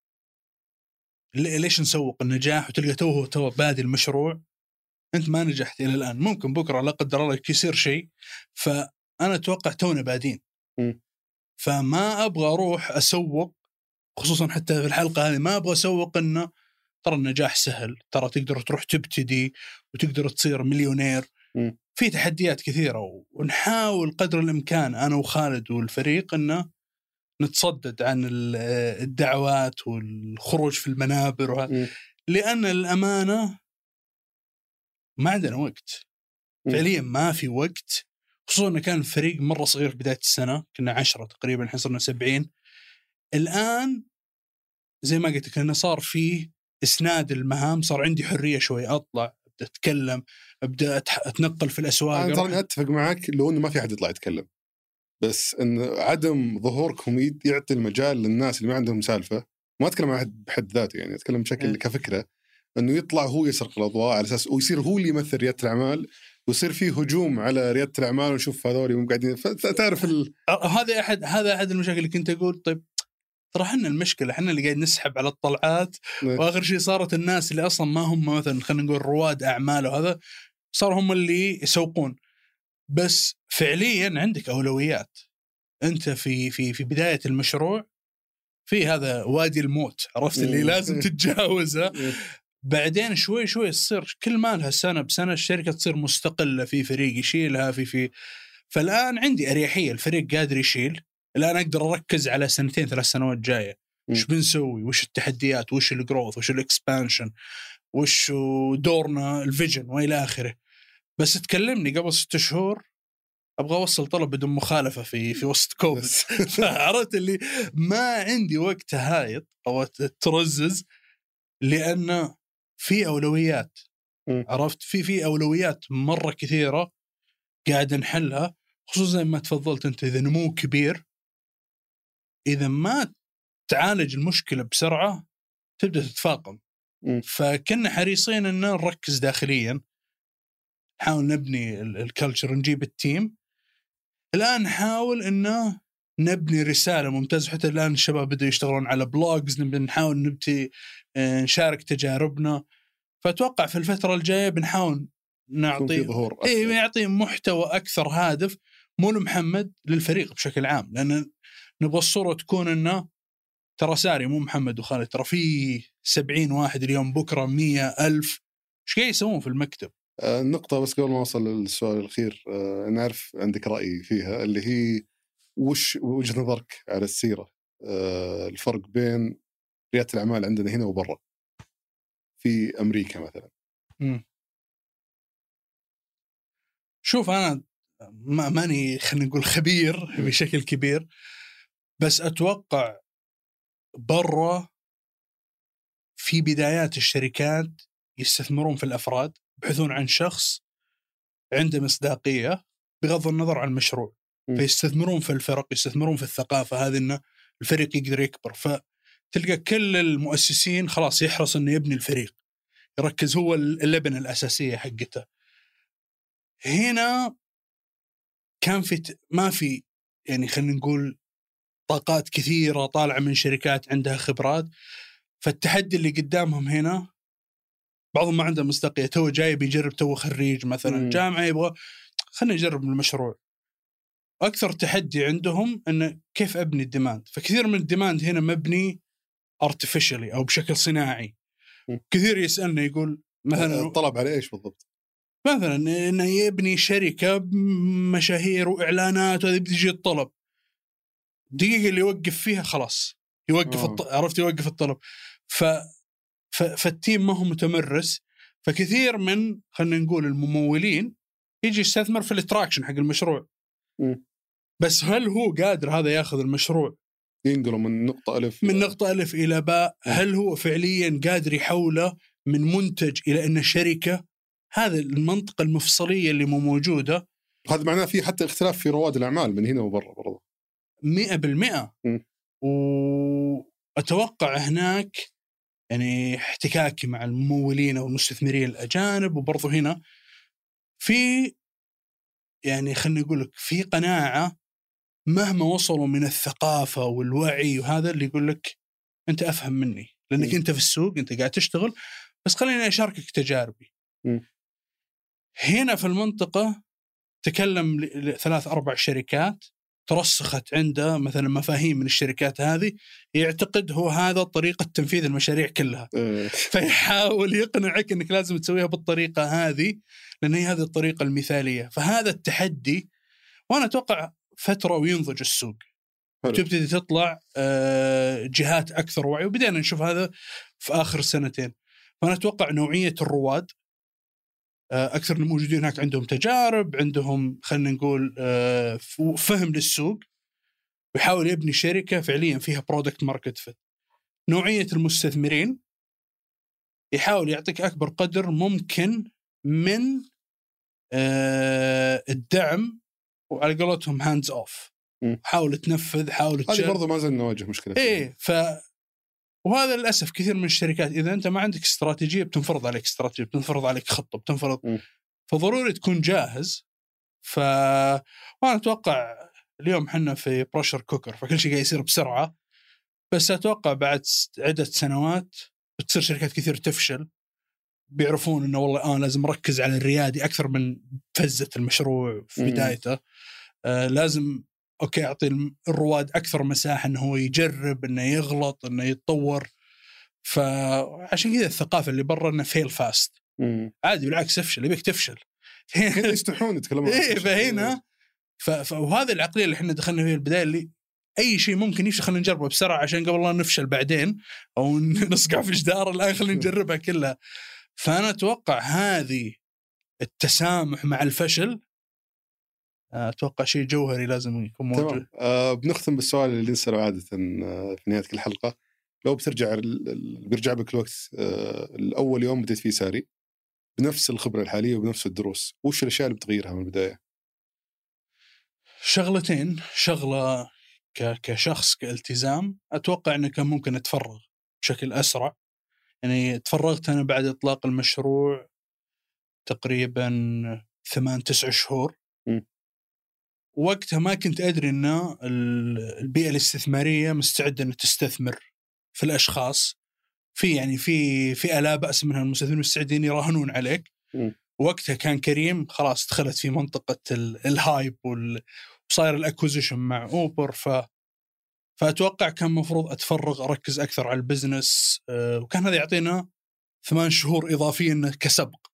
ليش نسوق النجاح، وتلقى توه بادي المشروع، أنت ما نجحت إلى الآن، ممكن بكرة لا قدر الله يصير شيء انا اتوقع تونا بادين، فما ابغى اروح اسوق، خصوصا حتى في الحلقه هذه ما ابغى اسوق انه ترى النجاح سهل، ترى تقدر تروح تبتدي وتقدر تصير مليونير. في تحديات كثيره، ونحاول قدر الامكان انا وخالد والفريق انه نتصدد عن الدعوات والخروج في المنابر لان الامانه ما عندنا وقت، فعليا ما في وقت، خصوصا إن كان الفريق مرة صغير في بداية السنة، كنا 10 تقريبا، الحين صرنا 70. الآن زي ما قلت لك أنه صار فيه إسناد المهام، صار عندي حرية شوي، أطلع أبدأ أتكلم، أبدأ أتنقل في الأسواق. أنا ترى أتفق معك لو أنه ما في أحد يطلع يتكلم، بس أن عدم ظهوركم يعطي المجال للناس اللي ما عندهم سالفة، ما أتكلم عن أحد بحد ذاته يعني، أتكلم بشكل كفكرة، أنه يطلع هو يسرق الأضواء على أساس ويصير هو اللي يمثل ريادة الأعمال، ويصير فيه هجوم على ريادة الأعمال، ونشوف هذول مو قاعدين تعرف هذا أحد المشاكل اللي كنت أقول. طيب ترى حنا المشكلة، حنا اللي قاعد نسحب على الطلعات، وآخر شيء صارت الناس اللي أصلا ما هم مثلا خلينا نقول رواد أعمال وهذا، صار هم اللي يسوقون. بس فعليا عندك أولويات، أنت في بداية المشروع في هذا وادي الموت، عرفت اللي لازم تتجاوزه. بعدين شوي شوي تصير كل ما لها سنة بسنة الشركة تصير مستقلة، في فريق يشيلها فالآن عندي أريحية، الفريق قادر يشيل، الآن أقدر أركز على 2-3 سنوات جاية، وش بنسوي، وش التحديات، وش الجروث، وش الإكسبانشن، وش دورنا، الفيجن وإلى آخره. بس تكلمني قبل 6 شهور أبغى أوصل طلب بدون مخالفة في وسط كوفيد عرفت اللي ما عندي وقت هايط أو ترزز، لأن في أولويات، عرفت في أولويات مرة كثيرة قاعد نحلها، خصوصا زي ما تفضلت أنت، إذا نمو كبير، إذا ما تعالج المشكلة بسرعة تبدأ تتفاقم. فكنا حريصين أن نركز داخليا، نحاول نبني الكالتشر، نجيب التيم. الآن نحاول أنه نبني رسالة ممتازة، حتى الآن الشباب بدأوا يشتغلون على بلوجز، نحاول نبتي نشارك تجاربنا. فأتوقع في الفترة الجاية بنحاول نعطي محتوى أكثر هادف، مو لمحمد، للفريق بشكل عام، لأن نبغى الصورة تكون إنه ترى ساري مو محمد وخالد، ترى في 70 واحد اليوم، بكرة 100,000، إيش قاعد يسوون في المكتب. النقطة بس قبل ما أوصل للسؤال الأخير، نعرف عندك رأي فيها، اللي هي وش وجهة نظرك على السيرة، الفرق بين ريادة الأعمال عندنا هنا وبرا في أمريكا مثلا. شوف أنا ماني خلينا نقول خبير بشكل كبير، بس أتوقع برا في بدايات الشركات يستثمرون في الأفراد، يبحثون عن شخص عنده مصداقية بغض النظر عن المشروع، فيستثمرون في الفرق، يستثمرون في الثقافة هذه، إنه الفريق يقدر يكبر. فتلقى كل المؤسسين خلاص يحرص إنه يبني الفريق، يركز هو اللبنة الأساسية حقته. هنا كان ما في يعني خلينا نقول طاقات كثيرة طالعة من شركات عندها خبرات، فالتحدي اللي قدامهم هنا بعضهم ما عنده مصداقية، تو جاي بيجرب، تو خريج مثلا جامعة يبغى خلنا نجرب المشروع. أكثر تحدي عندهم إنه كيف أبني الديماند، فكثير من الديماند هنا مبني artificially أو بشكل صناعي. كثير يسألنا يقول مثلا الطلب على إيش بالضبط، مثلا إنه يبني شركة مشاهير وإعلانات وهذا بيجي الطلب دقيقة اللي يوقف فيها خلاص يوقف عرفت يوقف الطلب. فالتيم ما هو متمرس، فكثير من خلينا نقول الممولين يجي يستثمر في الاتراكشن حق المشروع، بس هل هو قادر هذا ياخذ المشروع ينقله من نقطة ألف إلى باء؟ هل هو فعليا قادر يحوله من منتج إلى إنه شركة؟ هذا المنطقة المفصلية اللي مو موجودة. هذا معناه في حتى اختلاف في رواد الأعمال من هنا وبرا برضه 100%. وأتوقع هناك يعني احتكاكي مع الممولين أو المستثمرين الأجانب، وبرضه هنا في يعني خلني أقول لك في قناعة مهما وصلوا من الثقافة والوعي، وهذا اللي يقول لك أنت أفهم مني لأنك أنت في السوق، أنت قاعد تشتغل، بس خليني أشاركك تجاربي. هنا في المنطقة تكلم 3-4 شركات ترسخت عنده مثلا مفاهيم من الشركات هذه، يعتقد هو هذا طريقة تنفيذ المشاريع كلها، فيحاول يقنعك أنك لازم تسويها بالطريقة هذه لأن هي هذه الطريقة المثالية. فهذا التحدي، وأنا أتوقع فترة وينضج السوق، تبتدي تطلع جهات أكثر وعي، وبدأنا نشوف هذا في آخر 2 سنين. فأنا أتوقع نوعية الرواد أكثر الموجودين هناك عندهم تجارب، عندهم خلينا نقول فهم للسوق، ويحاول يبني شركة فعليا فيها برودكت ماركت فيت. نوعية المستثمرين يحاول يعطيك أكبر قدر ممكن من الدعم، وعلى قولتهم هاندز أوف، حاول تنفذ، حاول تشارك. هذه برضو ما زلنا نواجه مشكلة. وهذا للأسف كثير من الشركات إذا أنت ما عندك استراتيجية بتنفرض عليك استراتيجية، بتنفرض عليك خطة، فضروري تكون جاهز. وأنا أتوقع اليوم حنا في بريشر كوكر، فكل شيء قاعد يصير بسرعة، بس أتوقع بعد عدة سنوات بتصير شركات كثير تفشل، بيعرفون إنه والله لازم أركز على الريادي أكثر من فزة المشروع في بدايته. لازم أعطي الرواد أكثر مساحة إنه هو يجرب، إنه يغلط، إنه يتطور. فعشان كذا الثقافة اللي برا إنه فيل فاست، عادي بالعكس افشل، يبيك تفشل. هنا يستحون يتكلمون. فهنا وهذه العقلية اللي احنا دخلنا فيها البداية، اللي أي شيء ممكن يفشل خلينا نجربه بسرعة عشان قبل لا نفشل بعدين أو نسقع في جدار، الآن خلينا نجربها كلها. فأنا أتوقع هذه التسامح مع الفشل أتوقع شيء جوهري لازم يكون موجود. بنختم بالسؤال اللي نسأله عادة في نهاية كل حلقة. لو بيرجع بك الوقت الأول يوم بديت فيه ساري بنفس الخبرة الحالية وبنفس الدروس، وش الأشياء اللي بتغيرها من البداية؟ شغلتين. شغلة كشخص كالتزام، أتوقع أنه كان ممكن أتفرغ بشكل أسرع. يعني تفرغت أنا بعد إطلاق المشروع تقريبا 8-9 شهور. وقتها ما كنت أدري أن البيئة الاستثمارية مستعدة أن تستثمر في الأشخاص، في لا بأس منها، المستثمرين مستعدين يراهنون عليك. وقتها كان كريم خلاص دخلت في منطقة الهايب وصاير الأكوزيشن مع أوبر. فأتوقع كان مفروض أتفرغ أركز أكثر على البزنس، وكان هذا يعطينا 8 شهور إضافيا كسبق.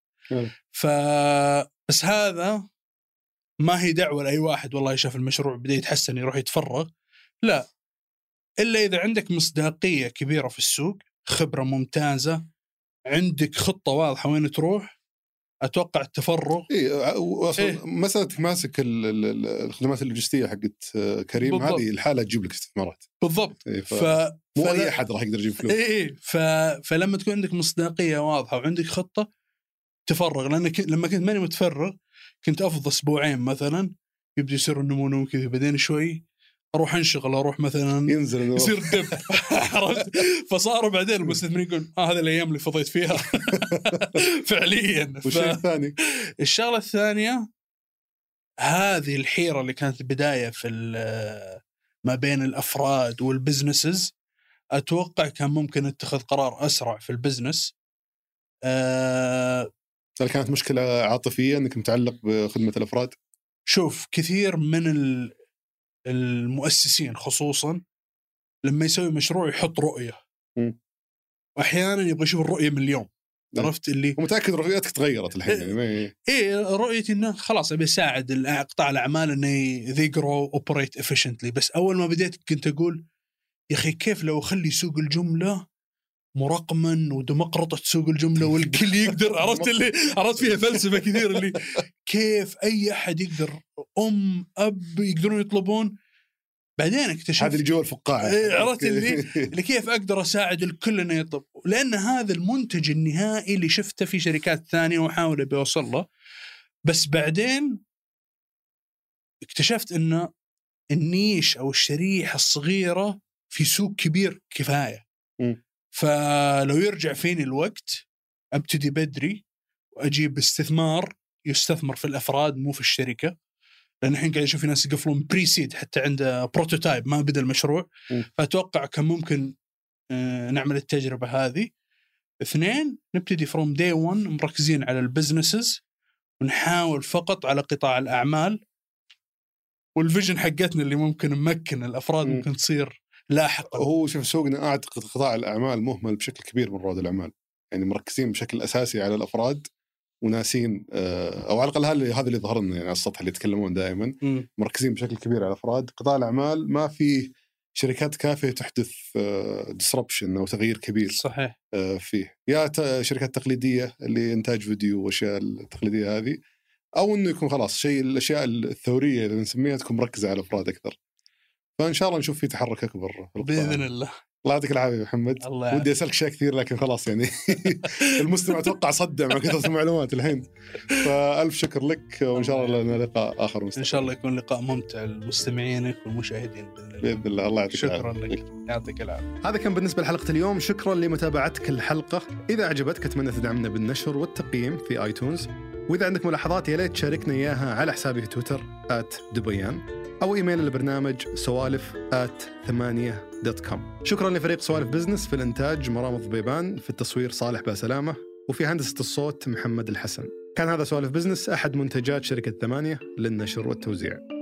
بس هذا ما هي دعوة لأي واحد والله شاف المشروع بدأ يتحسن يروح يتفرغ، لا، إلا إذا عندك مصداقية كبيرة في السوق، خبرة ممتازة، عندك خطة واضحة وين تروح. أتوقع التفرغ مسألة ماسك الخدمات اللوجستية حقت كريم بالضبط. هذه الحالة تجيب لك استثمارات بالضبط. مو أي أحد راح يقدر يجيب فلوس. فلما تكون عندك مصداقية واضحة وعندك خطة تفرغ. لأن لما كنت ماني متفرغ كنت أفضل 2 أسبوع مثلا، يبدأ يصير النمو كذا، بعدين شوي أروح أنشغل، أروح مثلا يصير دب عرفت. فصاروا بعدين المستثمرين يقولون هذا الأيام اللي فضيت فيها فعليا. الشغلة الثانية هذه الحيرة اللي كانت البداية في ما بين الأفراد والبزنسز، أتوقع كان ممكن اتخذ قرار أسرع في البزنس. هل كانت مشكلة عاطفية أنك متعلق بخدمة الأفراد؟ شوف، كثير من المؤسسين خصوصا لما يسوي مشروع يحط رؤية، وأحيانا يبغى يشوف الرؤية من اليوم. عرفت اللي ومتأكد رؤيتك تغيرت الحين. رؤيتي إنه خلاص أبي أساعد قطاع الأعمال إنه they grow operate efficiently. بس أول ما بديت كنت أقول يا أخي كيف لو أخلي سوق الجملة مرقما وديمقراطة سوق الجملة والكل يقدر عرفت فيها فلسفة كثير، اللي كيف أي أحد يقدر أب يقدرون يطلبون. بعدين اكتشفت هذا اللي جوا الفقاعة، عرفت اللي كيف أقدر أساعد الكل إنه يطلب، لأن هذا المنتج النهائي اللي شفته في شركات ثانية وحاول بيوصل له. بس بعدين اكتشفت إنه النيش أو الشريحة الصغيرة في سوق كبير كفاية. فلو يرجع فيني الوقت أبتدي بدري وأجيب استثمار يستثمر في الأفراد مو في الشركة، لأن الحين قاعد أشوف في ناس يقفلون بريسيد حتى عند بروتوتايب ما بدأ المشروع. فأتوقع كان ممكن نعمل التجربة هذه. 2 نبتدي from day one مركزين على البزنسز ونحاول فقط على قطاع الأعمال والفيجن حقتنا اللي ممكن نمكن الأفراد ممكن تصير لاحقا. هو شوف سوقنا أعتقد قطاع الأعمال مهمل بشكل كبير من رواد الأعمال، يعني مركزين بشكل أساسي على الأفراد وناسين أو على الأقل هذا اللي ظهر لنا يعني على السطح اللي يتكلمون دائما مركزين بشكل كبير على الأفراد. قطاع الأعمال ما في شركات كافية تحدث disruption أو تغيير كبير صحيح فيه، يا شركات تقليدية اللي إنتاج فيديو وأشياء التقليدية هذه، أو إنه يكون خلاص شيء الأشياء الثورية اللي نسميها تكون مركزة على الأفراد أكثر. فإن شاء الله نشوف فيه تحرك أكبر بإذن الله. الله يعطيك العافية محمد. ودي أسألك أشياء كثير لكن خلاص يعني المستمع أتوقع صدع مع كثرة المعلومات الحين، فألف شكر لك وإن شاء الله لنا لقاء آخر مستقبل. إن شاء الله يكون لقاء ممتع لمستمعينك والمشاهدين بإذن الله. الله يعطيك شكرا لك، يعطيك العافية. هذا كان بالنسبة لحلقة اليوم. شكرا لمتابعتك الحلقة. إذا عجبتك أتمنى تدعمنا بالنشر والتقييم في آيتونز، وإذا عندك ملاحظات يا ليت تشاركنا إياها على حسابي في تويتر @دبيان أو إيميل البرنامج سوالف@8.com. شكرا لفريق سوالف بزنس في الإنتاج مرام الضبيبان، في التصوير صالح باسلامة، وفي هندسة الصوت محمد الحسن. كان هذا سوالف بزنس أحد منتجات شركة 8 للنشر والتوزيع.